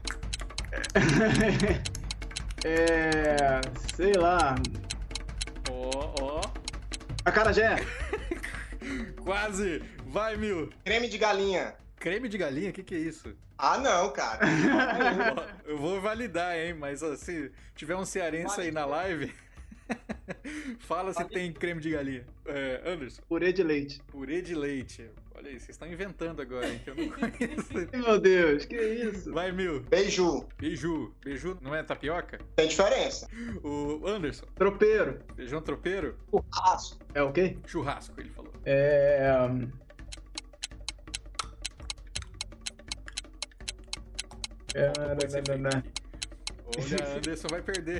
Sei lá. Ó. Acarajé. Quase. Vai, Mil. Creme de galinha. Creme de galinha? O que é isso? Ah, não, cara. Eu vou validar, hein? Mas se tiver um cearense aí na live, fala se tem creme de galinha. Anderson. Purê de leite. Purê de leite. Olha aí, vocês estão inventando agora, hein? Que eu não conheço. Meu Deus, que isso? Vai, Mil. Beiju. Beiju não é tapioca? Tem diferença. O Anderson. Tropeiro. Feijão tropeiro? Churrasco. É o quê? Churrasco, ele falou. Olha, Anderson vai perder.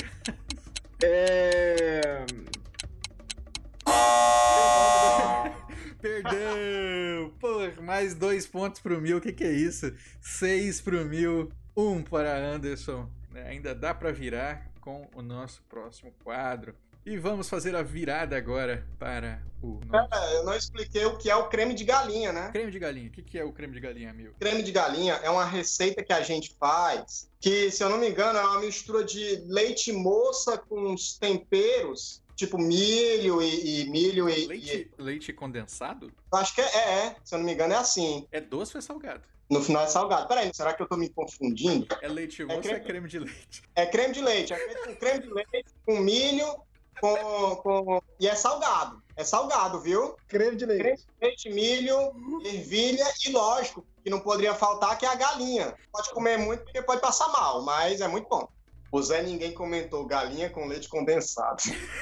Perdeu! Pô, mais 2 pontos pro Mil, o que é isso? 6 pro Mil, 1 para Anderson. Ainda dá pra virar com o nosso próximo quadro. E vamos fazer a virada agora para o nosso... Eu não expliquei o que é o creme de galinha, né? Creme de galinha. O que é o creme de galinha, Mil? Creme de galinha é uma receita que a gente faz, que, se eu não me engano, é uma mistura de leite moça com uns temperos, tipo milho e milho e... Leite condensado? Eu acho que se eu não me engano é assim. É doce ou é salgado? No final é salgado. Peraí, será que eu tô me confundindo? É leite moça ou é creme de leite? É creme de leite. É feito com creme de leite, com milho, e é salgado. É salgado, viu? Creme de leite. Creme de leite, milho, ervilha e, lógico, que não poderia faltar, que é a galinha. Pode comer muito porque pode passar mal, mas é muito bom. O Zé Ninguém comentou galinha com leite condensado.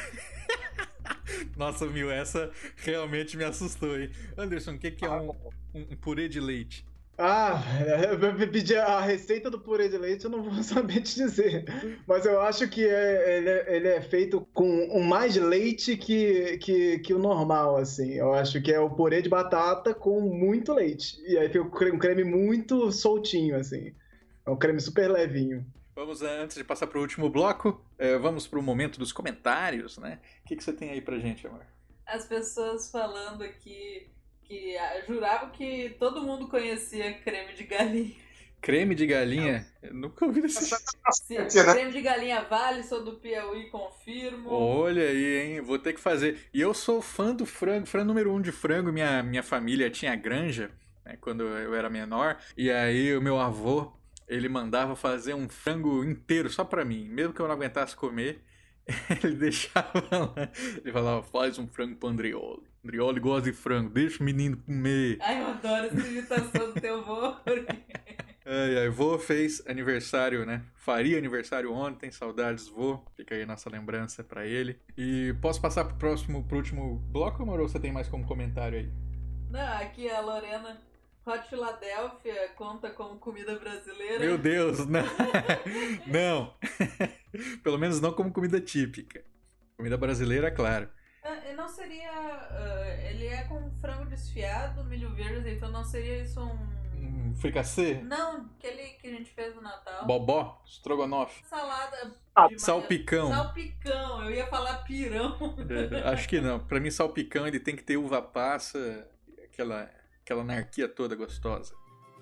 Nossa, Mil, essa realmente me assustou, hein? Anderson, o que é um purê de leite? Pedir a receita do purê de leite eu não vou saber te dizer. Mas eu acho que ele é feito com mais leite que o normal, assim. Eu acho que é o purê de batata com muito leite. E aí fica um creme muito soltinho, assim. É um creme super levinho. Vamos, antes de passar para o último bloco, vamos para o momento dos comentários, né? O que você tem aí pra gente, amor? As pessoas falando aqui que juravam que todo mundo conhecia creme de galinha. Creme de galinha? Eu nunca ouvi desse. Sim, creme de galinha vale, sou do Piauí, confirmo. Olha aí, hein? Vou ter que fazer. E eu sou fã do frango, fã número 1 de frango. Minha família tinha granja, né, quando eu era menor. E aí o meu avô, ele mandava fazer um frango inteiro só pra mim. Mesmo que eu não aguentasse comer, ele deixava lá. Ele falava, faz um frango pro Andrioli. Andrioli gosta de frango, deixa o menino comer. Ai, eu adoro essa imitação do teu avô. Ai, vô fez aniversário, né? Faria aniversário ontem, saudades vô. Fica aí nossa lembrança pra ele. E posso passar pro último bloco, amor, ou você tem mais como comentário aí? Não, aqui a Lorena, Hot Philadelphia conta como comida brasileira. Meu Deus, não. Não. Pelo menos não como comida típica. Comida brasileira, claro. Não seria... ele é com frango desfiado, milho verde, então não seria isso um fricassê? Não, aquele que a gente fez no Natal. Bobó? Estrogonofe? Salada. Salpicão. Salpicão, eu ia falar pirão. Acho que não. Pra mim, salpicão ele tem que ter uva passa, aquela anarquia toda gostosa.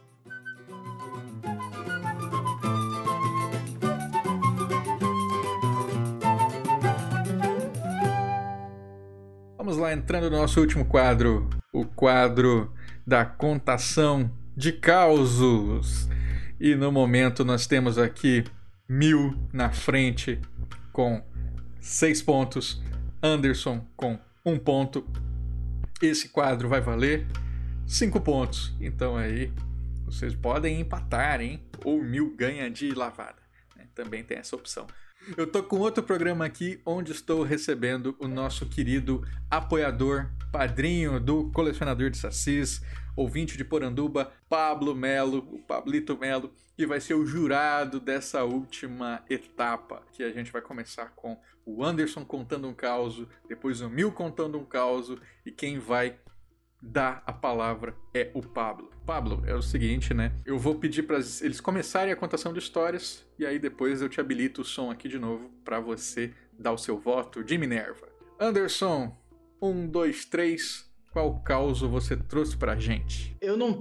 Vamos lá, entrando no nosso último quadro, o quadro da contação de causos. E no momento nós temos aqui 1000 na frente com 6 pontos, Anderson com 1 ponto. Esse quadro vai valer 5 pontos. Então aí vocês podem empatar, hein? Ou 1000 ganha de lavada. Também tem essa opção. Eu tô com outro programa aqui onde estou recebendo o nosso querido apoiador, padrinho do Colecionador de Sacis, ouvinte de Poranduba, Pablo Melo, o Pablito Melo, que vai ser o jurado dessa última etapa, que a gente vai começar com o Anderson contando um caos, depois o 1000 contando um caos, e quem vai dar a palavra é o Pablo. Pablo, é o seguinte, né? Eu vou pedir para eles começarem a contação de histórias e aí depois eu te habilito o som aqui de novo para você dar o seu voto de Minerva. Anderson, 1, 2, 3, qual causo você trouxe pra gente? Eu não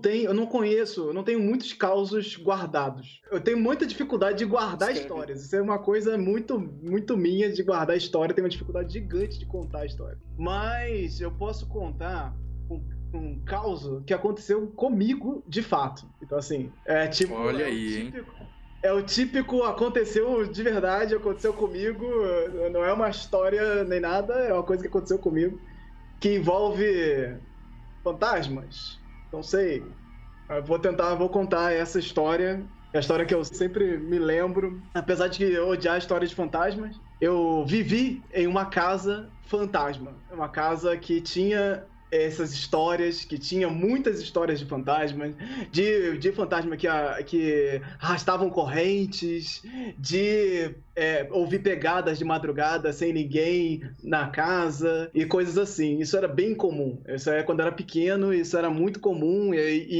tenho muitos causos guardados. Eu tenho muita dificuldade de guardar histórias. Isso é uma coisa muito, muito minha de guardar história. Eu tenho uma dificuldade gigante de contar a história. Mas eu posso contar um caos que aconteceu comigo de fato. Então, assim, olha aí, hein? É o típico, aconteceu de verdade, aconteceu comigo. Não é uma história nem nada, é uma coisa que aconteceu comigo. Que envolve fantasmas. Não sei. Eu vou contar essa história. É a história que eu sempre me lembro. Apesar de odiar a história de fantasmas, eu vivi em uma casa fantasma. Uma casa que tinha essas histórias, que tinha muitas histórias de fantasmas, de fantasma que arrastavam correntes, de ouvir pegadas de madrugada sem ninguém na casa e coisas assim. Isso era bem comum. Isso quando eu era pequeno, isso era muito comum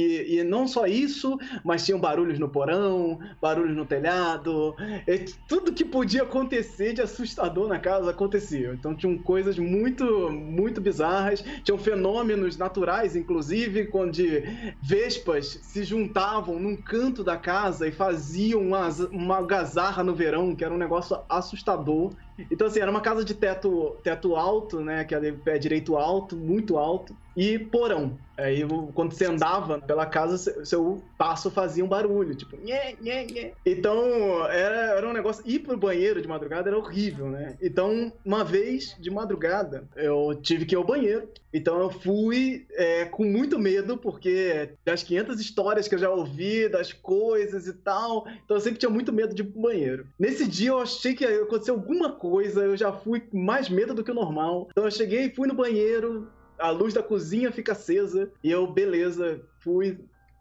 e não só isso, mas tinham barulhos no porão, barulhos no telhado, tudo que podia acontecer de assustador na casa acontecia. Então tinham coisas muito, muito bizarras, tinham fenômenos naturais, inclusive, onde vespas se juntavam num canto da casa e faziam uma algazarra no verão, que era um negócio assustador. Então, assim, era uma casa de teto alto, né, que era pé direito alto, muito alto, e porão. Aí, quando você andava pela casa, seu passo fazia um barulho, tipo, nhê, nhê, nhê. Então, era um negócio. Ir pro banheiro de madrugada era horrível, né? Então, uma vez de madrugada, eu tive que ir ao banheiro. Então, eu fui com muito medo, porque das 500 histórias que eu já ouvi, das coisas e tal. Então, eu sempre tinha muito medo de ir pro banheiro. Nesse dia, eu achei que ia acontecer alguma coisa, eu já fui com mais medo do que o normal. Então, eu cheguei, fui no banheiro. A luz da cozinha fica acesa e eu, beleza, fui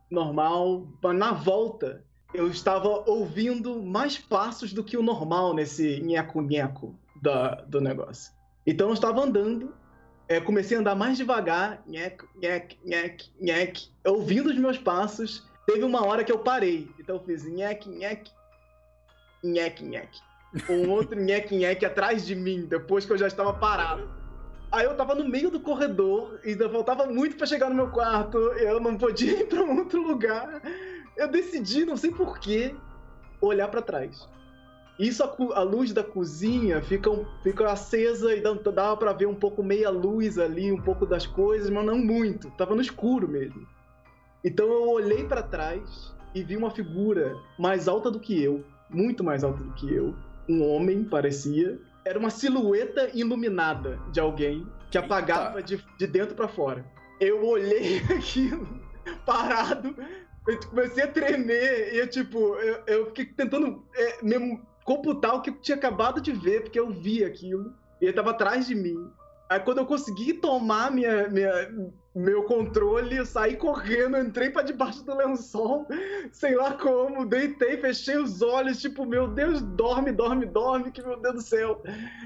normal. Na volta, eu estava ouvindo mais passos do que o normal nesse nheco-nheco do negócio. Então eu estava andando, comecei a andar mais devagar, nheco, nheco, nheco, nheco, ouvindo os meus passos. Teve uma hora que eu parei, então eu fiz nheco, nheco, nheco, nheco. Um outro nheco, nheco atrás de mim, depois que eu já estava parado. Aí eu tava no meio do corredor e ainda faltava muito pra chegar no meu quarto. Eu não podia ir pra um outro lugar. Eu decidi, não sei porquê, olhar pra trás. Isso, a luz da cozinha fica acesa e dava pra ver um pouco meia luz ali, um pouco das coisas, mas não muito. Tava no escuro mesmo. Então eu olhei pra trás e vi uma figura mais alta do que eu. Muito mais alta do que eu. Um homem, parecia. Era uma silhueta iluminada de alguém que apagava de dentro pra fora. Eu olhei aquilo, parado, eu comecei a tremer e eu fiquei tentando mesmo computar o que eu tinha acabado de ver, porque eu vi aquilo e ele tava atrás de mim. Aí quando eu consegui tomar meu controle, eu saí correndo, entrei pra debaixo do lençol, sei lá como, deitei, fechei os olhos, tipo, meu Deus, dorme, dorme, dorme, que meu Deus do céu.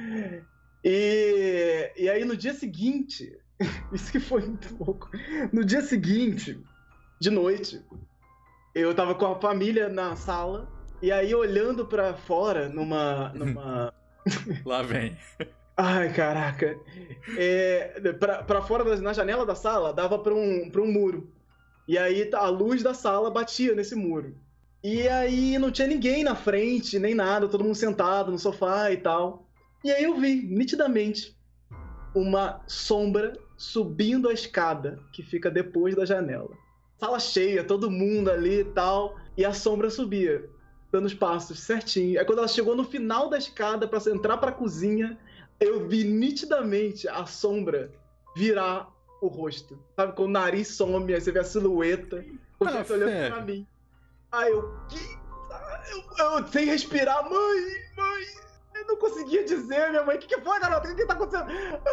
E aí no dia seguinte, isso que foi muito louco, no dia seguinte, de noite, eu tava com a família na sala, e aí olhando pra fora, numa... Lá vem. Ai, caraca. Pra fora, na janela da sala, dava pra um muro. E aí a luz da sala batia nesse muro. E aí não tinha ninguém na frente, nem nada, todo mundo sentado no sofá e tal. E aí eu vi, nitidamente, uma sombra subindo a escada que fica depois da janela. Sala cheia, todo mundo ali e tal. E a sombra subia, dando os passos certinho. Aí quando ela chegou no final da escada pra entrar pra cozinha, eu vi nitidamente a sombra virar o rosto. Sabe? Com o nariz some, aí você vê a silhueta. Você tá olhando pra mim. Aí eu sem respirar, mãe. Eu não conseguia dizer, minha mãe, o que foi, garota? O que tá acontecendo?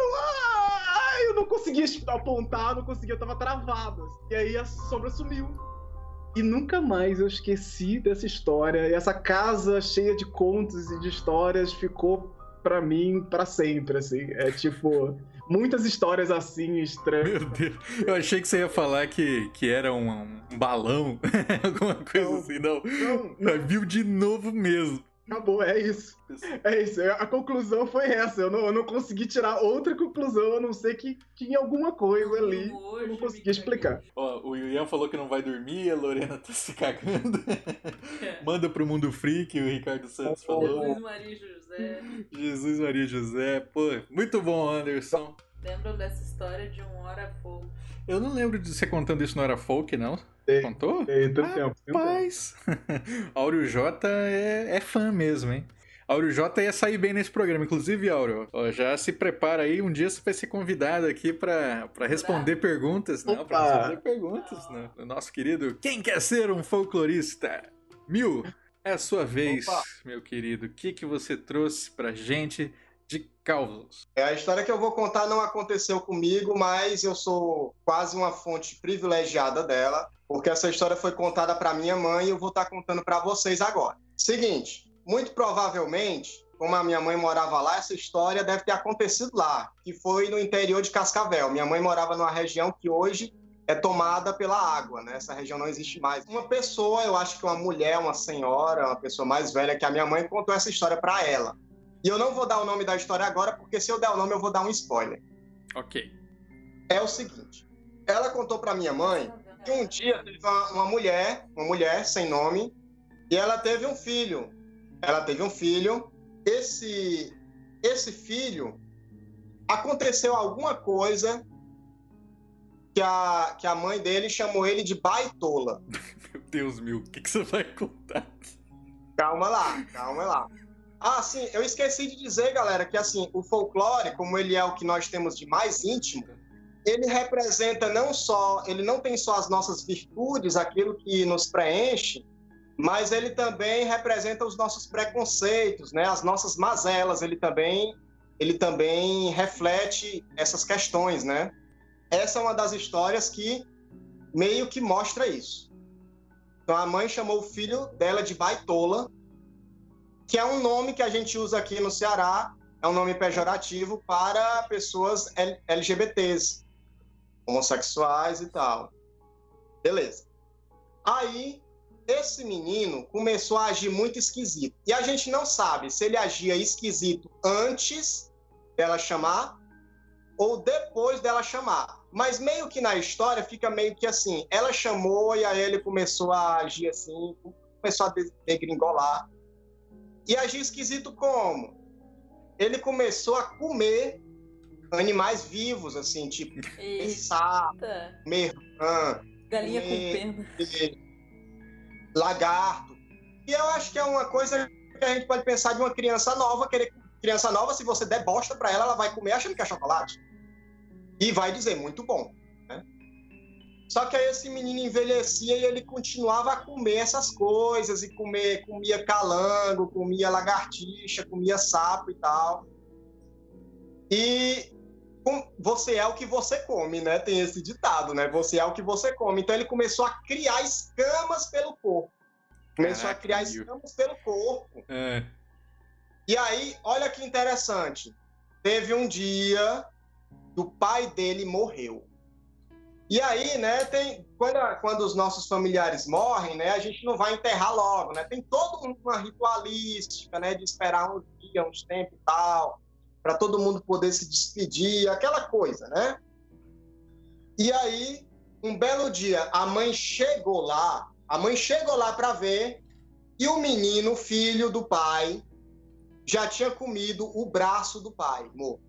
Eu não conseguia apontar, não conseguia, eu tava travado. E aí a sombra sumiu. E nunca mais eu esqueci dessa história. E essa casa cheia de contos e de histórias ficou pra mim pra sempre, assim. É tipo, muitas histórias assim, estranhas. Meu Deus, eu achei que você ia falar que era um balão, alguma coisa assim, não. Viu de novo mesmo. Acabou, é isso. É isso. A conclusão foi essa. Eu não consegui tirar outra conclusão, a não ser que tinha alguma coisa ali. Eu não consegui explicar. Ó, o Ian falou que não vai dormir, a Lorena tá se cagando. Manda pro Mundo Freak, o Ricardo Santos falou. Jesus, Maria e José. Jesus, Maria e José. Pô, muito bom, Anderson. Lembram dessa história de um Hora Folk? Eu não lembro de você contando isso no Hora Folk, não. Contou? Rapaz, Áureo J é fã mesmo, hein? Áureo J ia sair bem nesse programa. Inclusive, Áureo, já se prepara aí. Um dia você vai ser convidado aqui pra responder perguntas. Não, pra responder perguntas. No nosso querido Quem Quer Ser um Folclorista? Mil, é a sua vez, meu querido. O que você trouxe pra gente de causos? A história que eu vou contar não aconteceu comigo, mas eu sou quase uma fonte privilegiada dela, porque essa história foi contada para minha mãe e eu vou estar contando para vocês agora. Seguinte, muito provavelmente, como a minha mãe morava lá, essa história deve ter acontecido lá, que foi no interior de Cascavel. Minha mãe morava numa região que hoje é tomada pela água, né? Essa região não existe mais. Uma pessoa, eu acho que uma mulher, uma senhora, uma pessoa mais velha que a minha mãe, contou essa história para ela. E eu não vou dar o nome da história agora, porque se eu der o nome, eu vou dar um spoiler. Ok. É o seguinte. Ela contou pra minha mãe que um dia teve uma mulher sem nome, e ela teve um filho. Esse filho, aconteceu alguma coisa que a mãe dele chamou ele de baitola. Meu Deus, o que você vai contar? Calma lá. Ah, sim, eu esqueci de dizer, galera, que assim, o folclore, como ele é o que nós temos de mais íntimo, ele representa ele não tem só as nossas virtudes, aquilo que nos preenche, mas ele também representa os nossos preconceitos, né? As nossas mazelas, ele também reflete essas questões, né? Essa é uma das histórias que meio que mostra isso. Então a mãe chamou o filho dela de baitola, que é um nome que a gente usa aqui no Ceará, é um nome pejorativo para pessoas LGBTs, homossexuais e tal. Beleza. Aí, esse menino começou a agir muito esquisito. E a gente não sabe se ele agia esquisito antes dela chamar ou depois dela chamar. Mas meio que na história fica meio que assim, ela chamou e aí ele começou a agir assim, começou a degringolar. E agir esquisito como? Ele começou a comer animais vivos, assim, tipo sapo, comer rã, galinha com pena, lagarto. E eu acho que é uma coisa que a gente pode pensar de uma criança nova, criança nova, se você der bosta pra ela, ela vai comer achando que é chocolate. E vai dizer, muito bom, né? Só que aí esse menino envelhecia e ele continuava a comer essas coisas, e comia calango, comia lagartixa, comia sapo e tal. E você é o que você come, né? Tem esse ditado, né? Você é o que você come. Então ele começou a criar escamas pelo corpo. Escamas pelo corpo. É. E aí, olha que interessante. Teve um dia que o pai dele morreu. E aí, né, quando os nossos familiares morrem, né, a gente não vai enterrar logo, né? Tem toda uma ritualística, né, de esperar uns dias, uns tempos e tal, para todo mundo poder se despedir, aquela coisa, né? E aí, um belo dia, a mãe chegou lá para ver, e o menino, filho do pai, já tinha comido o braço do pai morto.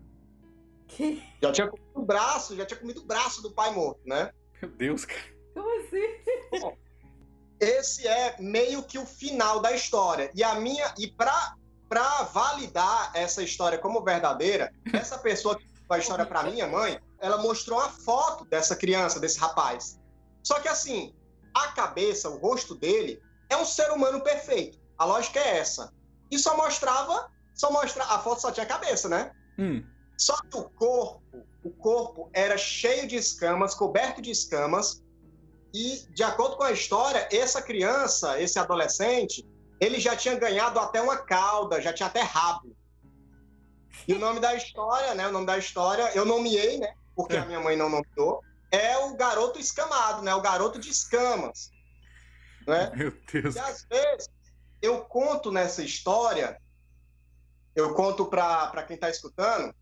Que? Já tinha comido o braço do pai morto, né? Meu Deus, cara. Como assim? Bom, esse é meio que o final da história. E para validar essa história como verdadeira, essa pessoa que contou a história para minha mãe, ela mostrou a foto dessa criança, desse rapaz. Só que assim, a cabeça, o rosto dele é um ser humano perfeito. A lógica é essa. E a foto só tinha a cabeça, né? Só que o corpo era cheio de escamas, coberto de escamas, e, de acordo com a história, essa criança, esse adolescente, ele já tinha ganhado até uma cauda, já tinha até rabo. E o nome da história, né? Eu nomeei, né? Porque a minha mãe não nomeou, é o garoto escamado, né? O garoto de escamas. Né? Meu Deus. E às vezes, eu conto nessa história, eu conto para quem está escutando,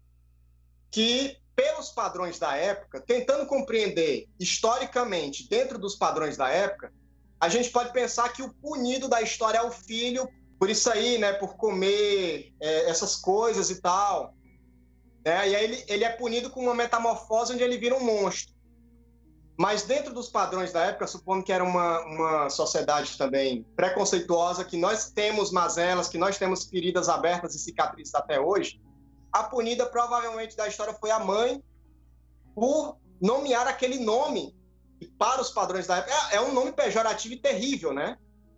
que, pelos padrões da época, tentando compreender historicamente, dentro dos padrões da época, a gente pode pensar que o punido da história é o filho, por isso aí, né, por comer essas coisas e tal. Né? E aí ele é punido com uma metamorfose onde ele vira um monstro. Mas dentro dos padrões da época, supondo que era uma sociedade também preconceituosa, que nós temos mazelas, que nós temos feridas abertas e cicatrizes até hoje, a punida provavelmente da história foi a mãe por nomear aquele nome que, para os padrões da época, é um nome pejorativo e terrível, né?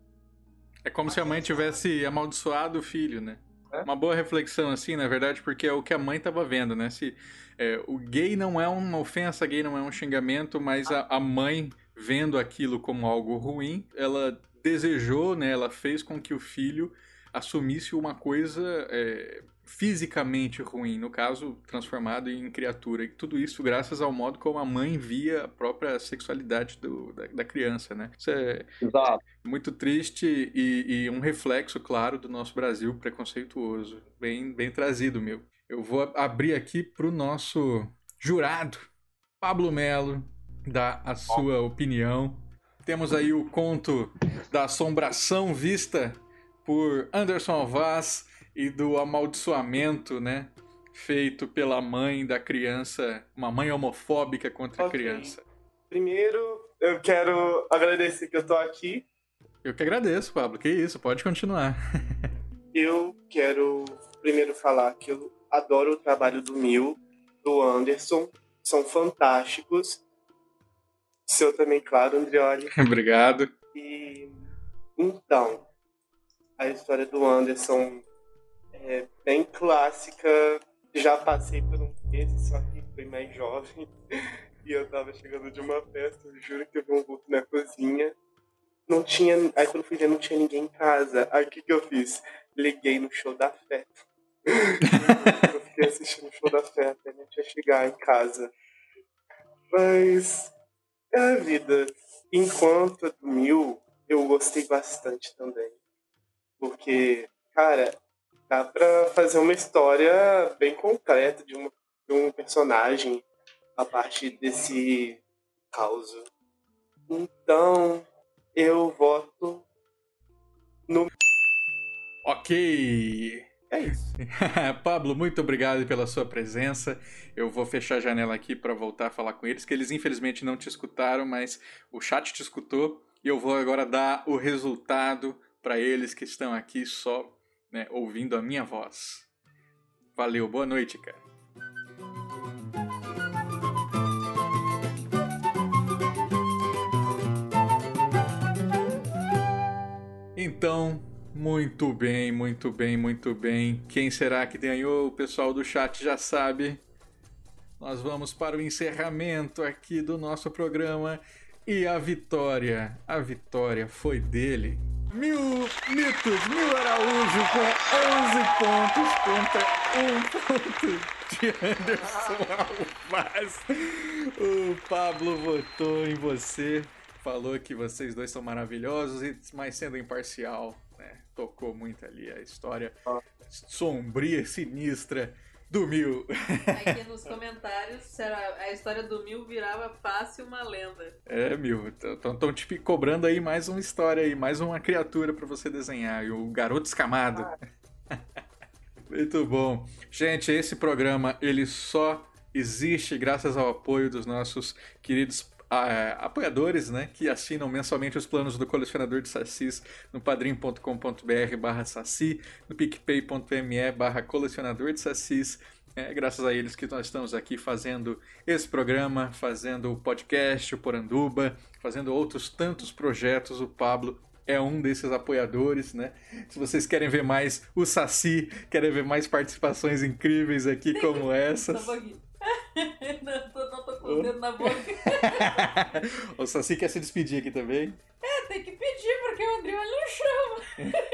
É como se a mãe tivesse amaldiçoado o filho, né? Uma boa reflexão, assim, na verdade, porque é o que a mãe estava vendo, né? O gay não é uma ofensa, gay não é um xingamento, mas a mãe, vendo aquilo como algo ruim, ela desejou, né? Ela fez com que o filho assumisse uma coisa fisicamente ruim, no caso, transformado em criatura. E tudo isso graças ao modo como a mãe via a própria sexualidade da criança, né? Isso é muito triste e um reflexo, claro, do nosso Brasil preconceituoso. Bem trazido, meu. Eu vou abrir aqui para o nosso jurado, Pablo Melo, dar a sua opinião. Temos aí o conto da assombração vista por Anderson Alvaz e do amaldiçoamento, né, feito pela mãe da criança, uma mãe homofóbica contra a criança. Primeiro, eu quero agradecer que eu tô aqui. Eu que agradeço, Pablo. Que isso, pode continuar. Eu quero primeiro falar que eu adoro o trabalho do Mil, do Anderson. São fantásticos. Seu também, claro, Andrioli. Obrigado. E, então, a história do Anderson é bem clássica. Já passei por um desses, só que fui mais jovem. E eu tava chegando de uma festa, juro que eu vi um vulto na cozinha. não tinha. Aí quando fui ver, não tinha ninguém em casa. Aí o que eu fiz? Liguei no Show da Fé. Eu fiquei assistindo o Show da Fé até a gente chegar em casa. Mas é a vida. Enquanto a do Mil, eu gostei bastante também. Porque, cara, dá pra fazer uma história bem concreta de um personagem a partir desse caos. Então, eu voto no... Ok. É isso. Pablo, muito obrigado pela sua presença. Eu vou fechar a janela aqui para voltar a falar com eles, que eles infelizmente não te escutaram, mas o chat te escutou e eu vou agora dar o resultado para eles que estão aqui só, né, ouvindo a minha voz. Valeu, boa noite, cara. Então, muito bem, muito bem, muito bem. Quem será que ganhou? O pessoal do chat já sabe. Nós vamos para o encerramento aqui do nosso programa. E a vitória foi dele. Mil Araújo com 11 pontos contra 1 ponto de Anderson Alvaz. O Pablo votou em você. Falou que vocês dois são maravilhosos, mas sendo imparcial, né? Tocou muito ali a história sombria e sinistra do Mil. Aqui nos comentários, a história do Mil virava fácil uma lenda. É, Mil, estão te cobrando aí mais uma história aí, mais uma criatura pra você desenhar, o Garoto Escamado. Muito bom. Gente, esse programa, ele só existe graças ao apoio dos nossos queridos apoiadores, né, que assinam mensalmente os planos do Colecionador de Sacis no padrim.com.br/saci, no picpay.me/colecionador de sacis. É graças a eles que nós estamos aqui fazendo esse programa, fazendo o podcast, o Poranduba, fazendo outros tantos projetos. O Pablo é um desses apoiadores, né? Se vocês querem ver mais o Saci, querem ver mais participações incríveis aqui como essas... Não tô com o dedo na boca. O Saci quer se despedir aqui também? Tem que pedir, porque o André não chama.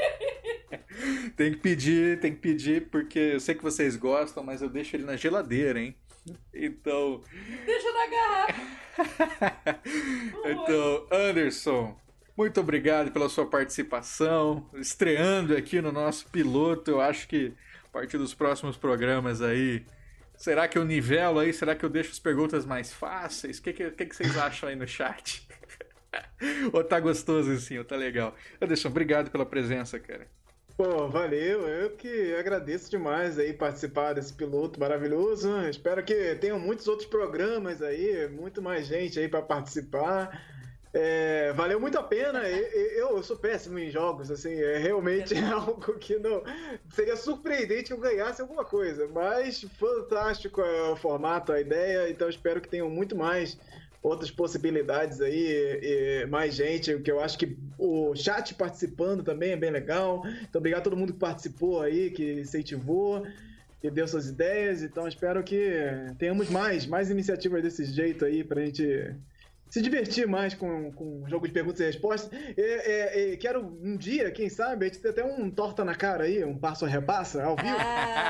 Tem que pedir, porque eu sei que vocês gostam, mas eu deixo ele na geladeira, hein? Então... Deixa na garrafa. Então, Anderson, muito obrigado pela sua participação, estreando aqui no nosso piloto. Eu acho que a partir dos próximos programas aí... Será que eu nivelo aí? Será que eu deixo as perguntas mais fáceis? O que vocês acham aí no chat? Ou tá gostoso assim, ou tá legal? Anderson, obrigado pela presença, cara. Pô, valeu. Eu que agradeço demais aí participar desse piloto maravilhoso. Espero que tenham muitos outros programas aí, muito mais gente aí para participar. Valeu muito a pena. Eu sou péssimo em jogos, assim, é realmente algo que não... Seria surpreendente que eu ganhasse alguma coisa, mas fantástico o formato, a ideia, então espero que tenham muito mais outras possibilidades aí, e mais gente, que eu acho que o chat participando também é bem legal. Então obrigado a todo mundo que participou aí, que incentivou, que deu suas ideias, então espero que tenhamos mais iniciativas desse jeito aí pra gente... se divertir mais com o jogo de perguntas e respostas. Quero um dia, quem sabe, a gente ter até um torta na cara aí, um passo a repassa ao vivo.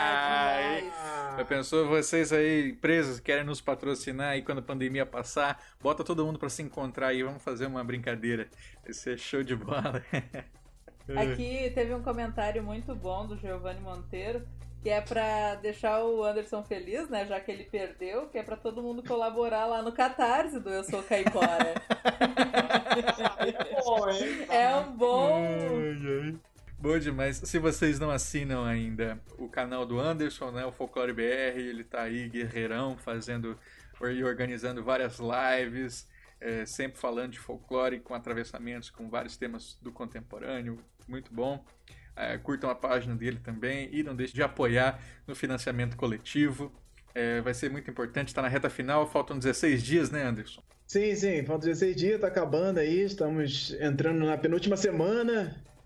Já pensou vocês aí, empresas que querem nos patrocinar aí quando a pandemia passar, bota todo mundo pra se encontrar aí, vamos fazer uma brincadeira. Esse é show de bola. Aqui teve um comentário muito bom do Giovanni Monteiro, que é pra deixar o Anderson feliz, né, já que ele perdeu, que é pra todo mundo colaborar lá no Catarse do Eu Sou Caipora. É um bom... Bom demais. Se vocês não assinam ainda o canal do Anderson, né, o Folclore BR, ele tá aí, guerreirão, fazendo e organizando várias lives, sempre falando de folclore, com atravessamentos, com vários temas do contemporâneo, muito bom. Curtam a página dele também e não deixem de apoiar no financiamento coletivo. Vai ser muito importante, está na reta final, faltam 16 dias, né, Anderson? Sim, faltam 16 dias, tá acabando aí, estamos entrando na penúltima semana.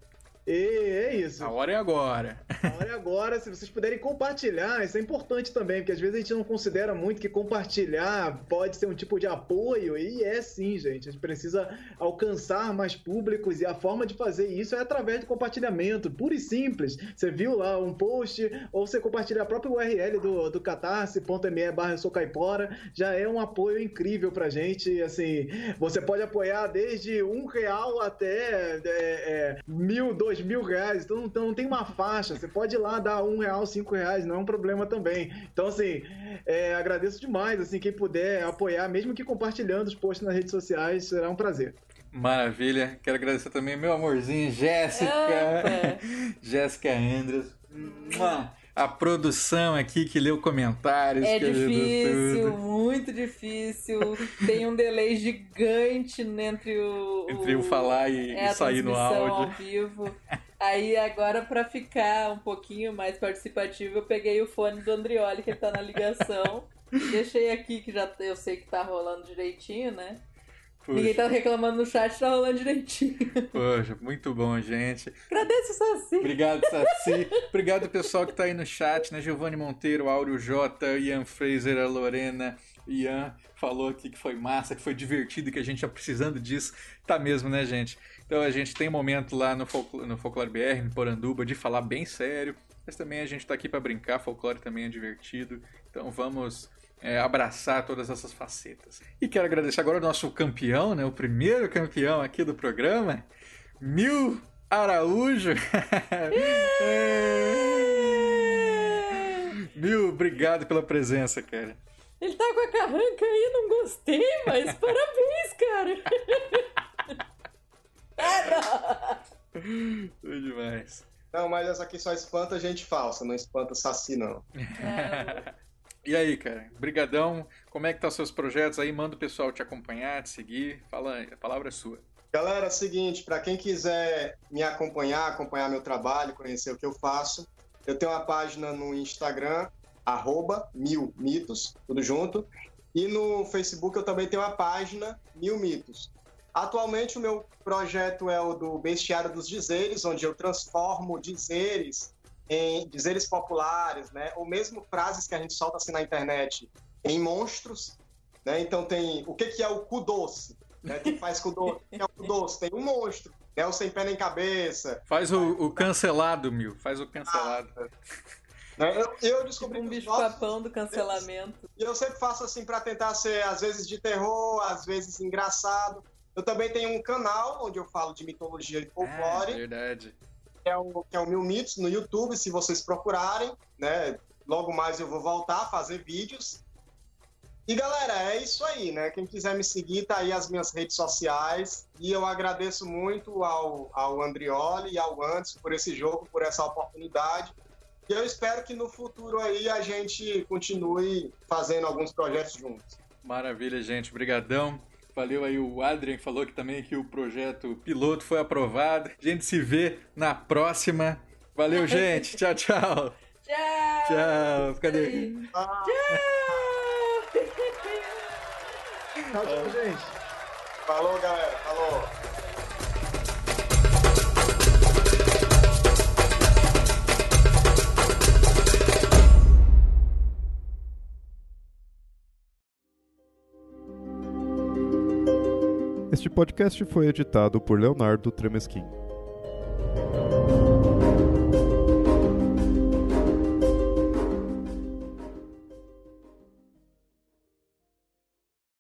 E é isso. A hora é agora. A hora é agora. Se vocês puderem compartilhar, isso é importante também, porque às vezes a gente não considera muito que compartilhar pode ser um tipo de apoio, e é sim, gente. A gente precisa alcançar mais públicos, e a forma de fazer isso é através do compartilhamento, puro e simples. Você viu lá um post, ou você compartilha a própria URL do catarse.me/soucaipora, já é um apoio incrível pra gente. Assim, você pode apoiar desde R$1 até 1.000, R$2.000, então não tem uma faixa, você pode ir lá dar R$1, R$5, não é um problema também. Então, assim, agradeço demais, assim, quem puder apoiar, mesmo que compartilhando os posts nas redes sociais, será um prazer. Maravilha, quero agradecer também meu amorzinho, Jéssica, Jéssica Andres, a produção aqui que leu comentários. É que difícil, muito difícil, tem um delay gigante entre o falar e sair no áudio. Ao vivo. Aí agora, pra ficar um pouquinho mais participativo, eu peguei o fone do Andrioli, que ele tá na ligação, deixei aqui, que já eu sei que tá rolando direitinho, né? Poxa. Ninguém tá reclamando no chat, tá rolando direitinho. Poxa, muito bom, gente. Agradeço, Saci. Obrigado, Saci. Obrigado, pessoal que tá aí no chat, né? Giovanni Monteiro, Áureo J, Ian Fraser, a Lorena. Ian falou aqui que foi massa, que foi divertido, que a gente tá precisando disso. Tá mesmo, né, gente? Então a gente tem um momento lá no Folclore BR, no Poranduba, de falar bem sério. Mas também a gente tá aqui pra brincar, folclore também é divertido. Então vamos... abraçar todas essas facetas. E quero agradecer agora o nosso campeão, né? O primeiro campeão aqui do programa, Mil Araújo. Mil, obrigado pela presença, cara. Ele tá com a carranca aí, não gostei, mas parabéns, cara. Foi demais. Não, mas essa aqui só espanta gente falsa, não espanta Saci, não. E aí, cara, brigadão. Como é que tá os seus projetos aí? Manda o pessoal te acompanhar, te seguir. Fala, a palavra é sua. Galera, é o seguinte, para quem quiser me acompanhar meu trabalho, conhecer o que eu faço, eu tenho uma página no Instagram, @milmitos, tudo junto. E no Facebook eu também tenho uma página, Mil Mitos. Atualmente o meu projeto é o do Bestiário dos Dizeres, onde eu transformo dizeres em dizeres populares, né? Ou mesmo frases que a gente solta assim na internet em monstros, né? Então tem o que é o cu doce, né? Quem faz cu doce? O que é o cu doce? Tem um monstro, né? O sem pé nem cabeça. Faz o cancelado, Mil. Faz o cancelado. Eu descobri um bicho-papão do cancelamento. E eu sempre faço assim para tentar ser às vezes de terror, às vezes engraçado. Eu também tenho um canal onde eu falo de mitologia e folclore. Verdade. Que é o Mil Mitos no YouTube, se vocês procurarem, né? Logo mais eu vou voltar a fazer vídeos. E galera, é isso aí, né? Quem quiser me seguir, tá aí as minhas redes sociais. E eu agradeço muito ao Andrioli e ao Anderson por esse jogo, por essa oportunidade. E eu espero que no futuro aí a gente continue fazendo alguns projetos juntos. Maravilha, gente. Obrigadão. Valeu aí, o Adrian falou que também que o projeto piloto foi aprovado. A gente se vê na próxima. Valeu, gente. Tchau, tchau. Tchau. Tchau. Cadê? Tchau. Tchau, gente. Falou, galera. Falou. Este podcast foi editado por Leonardo Tremesquim.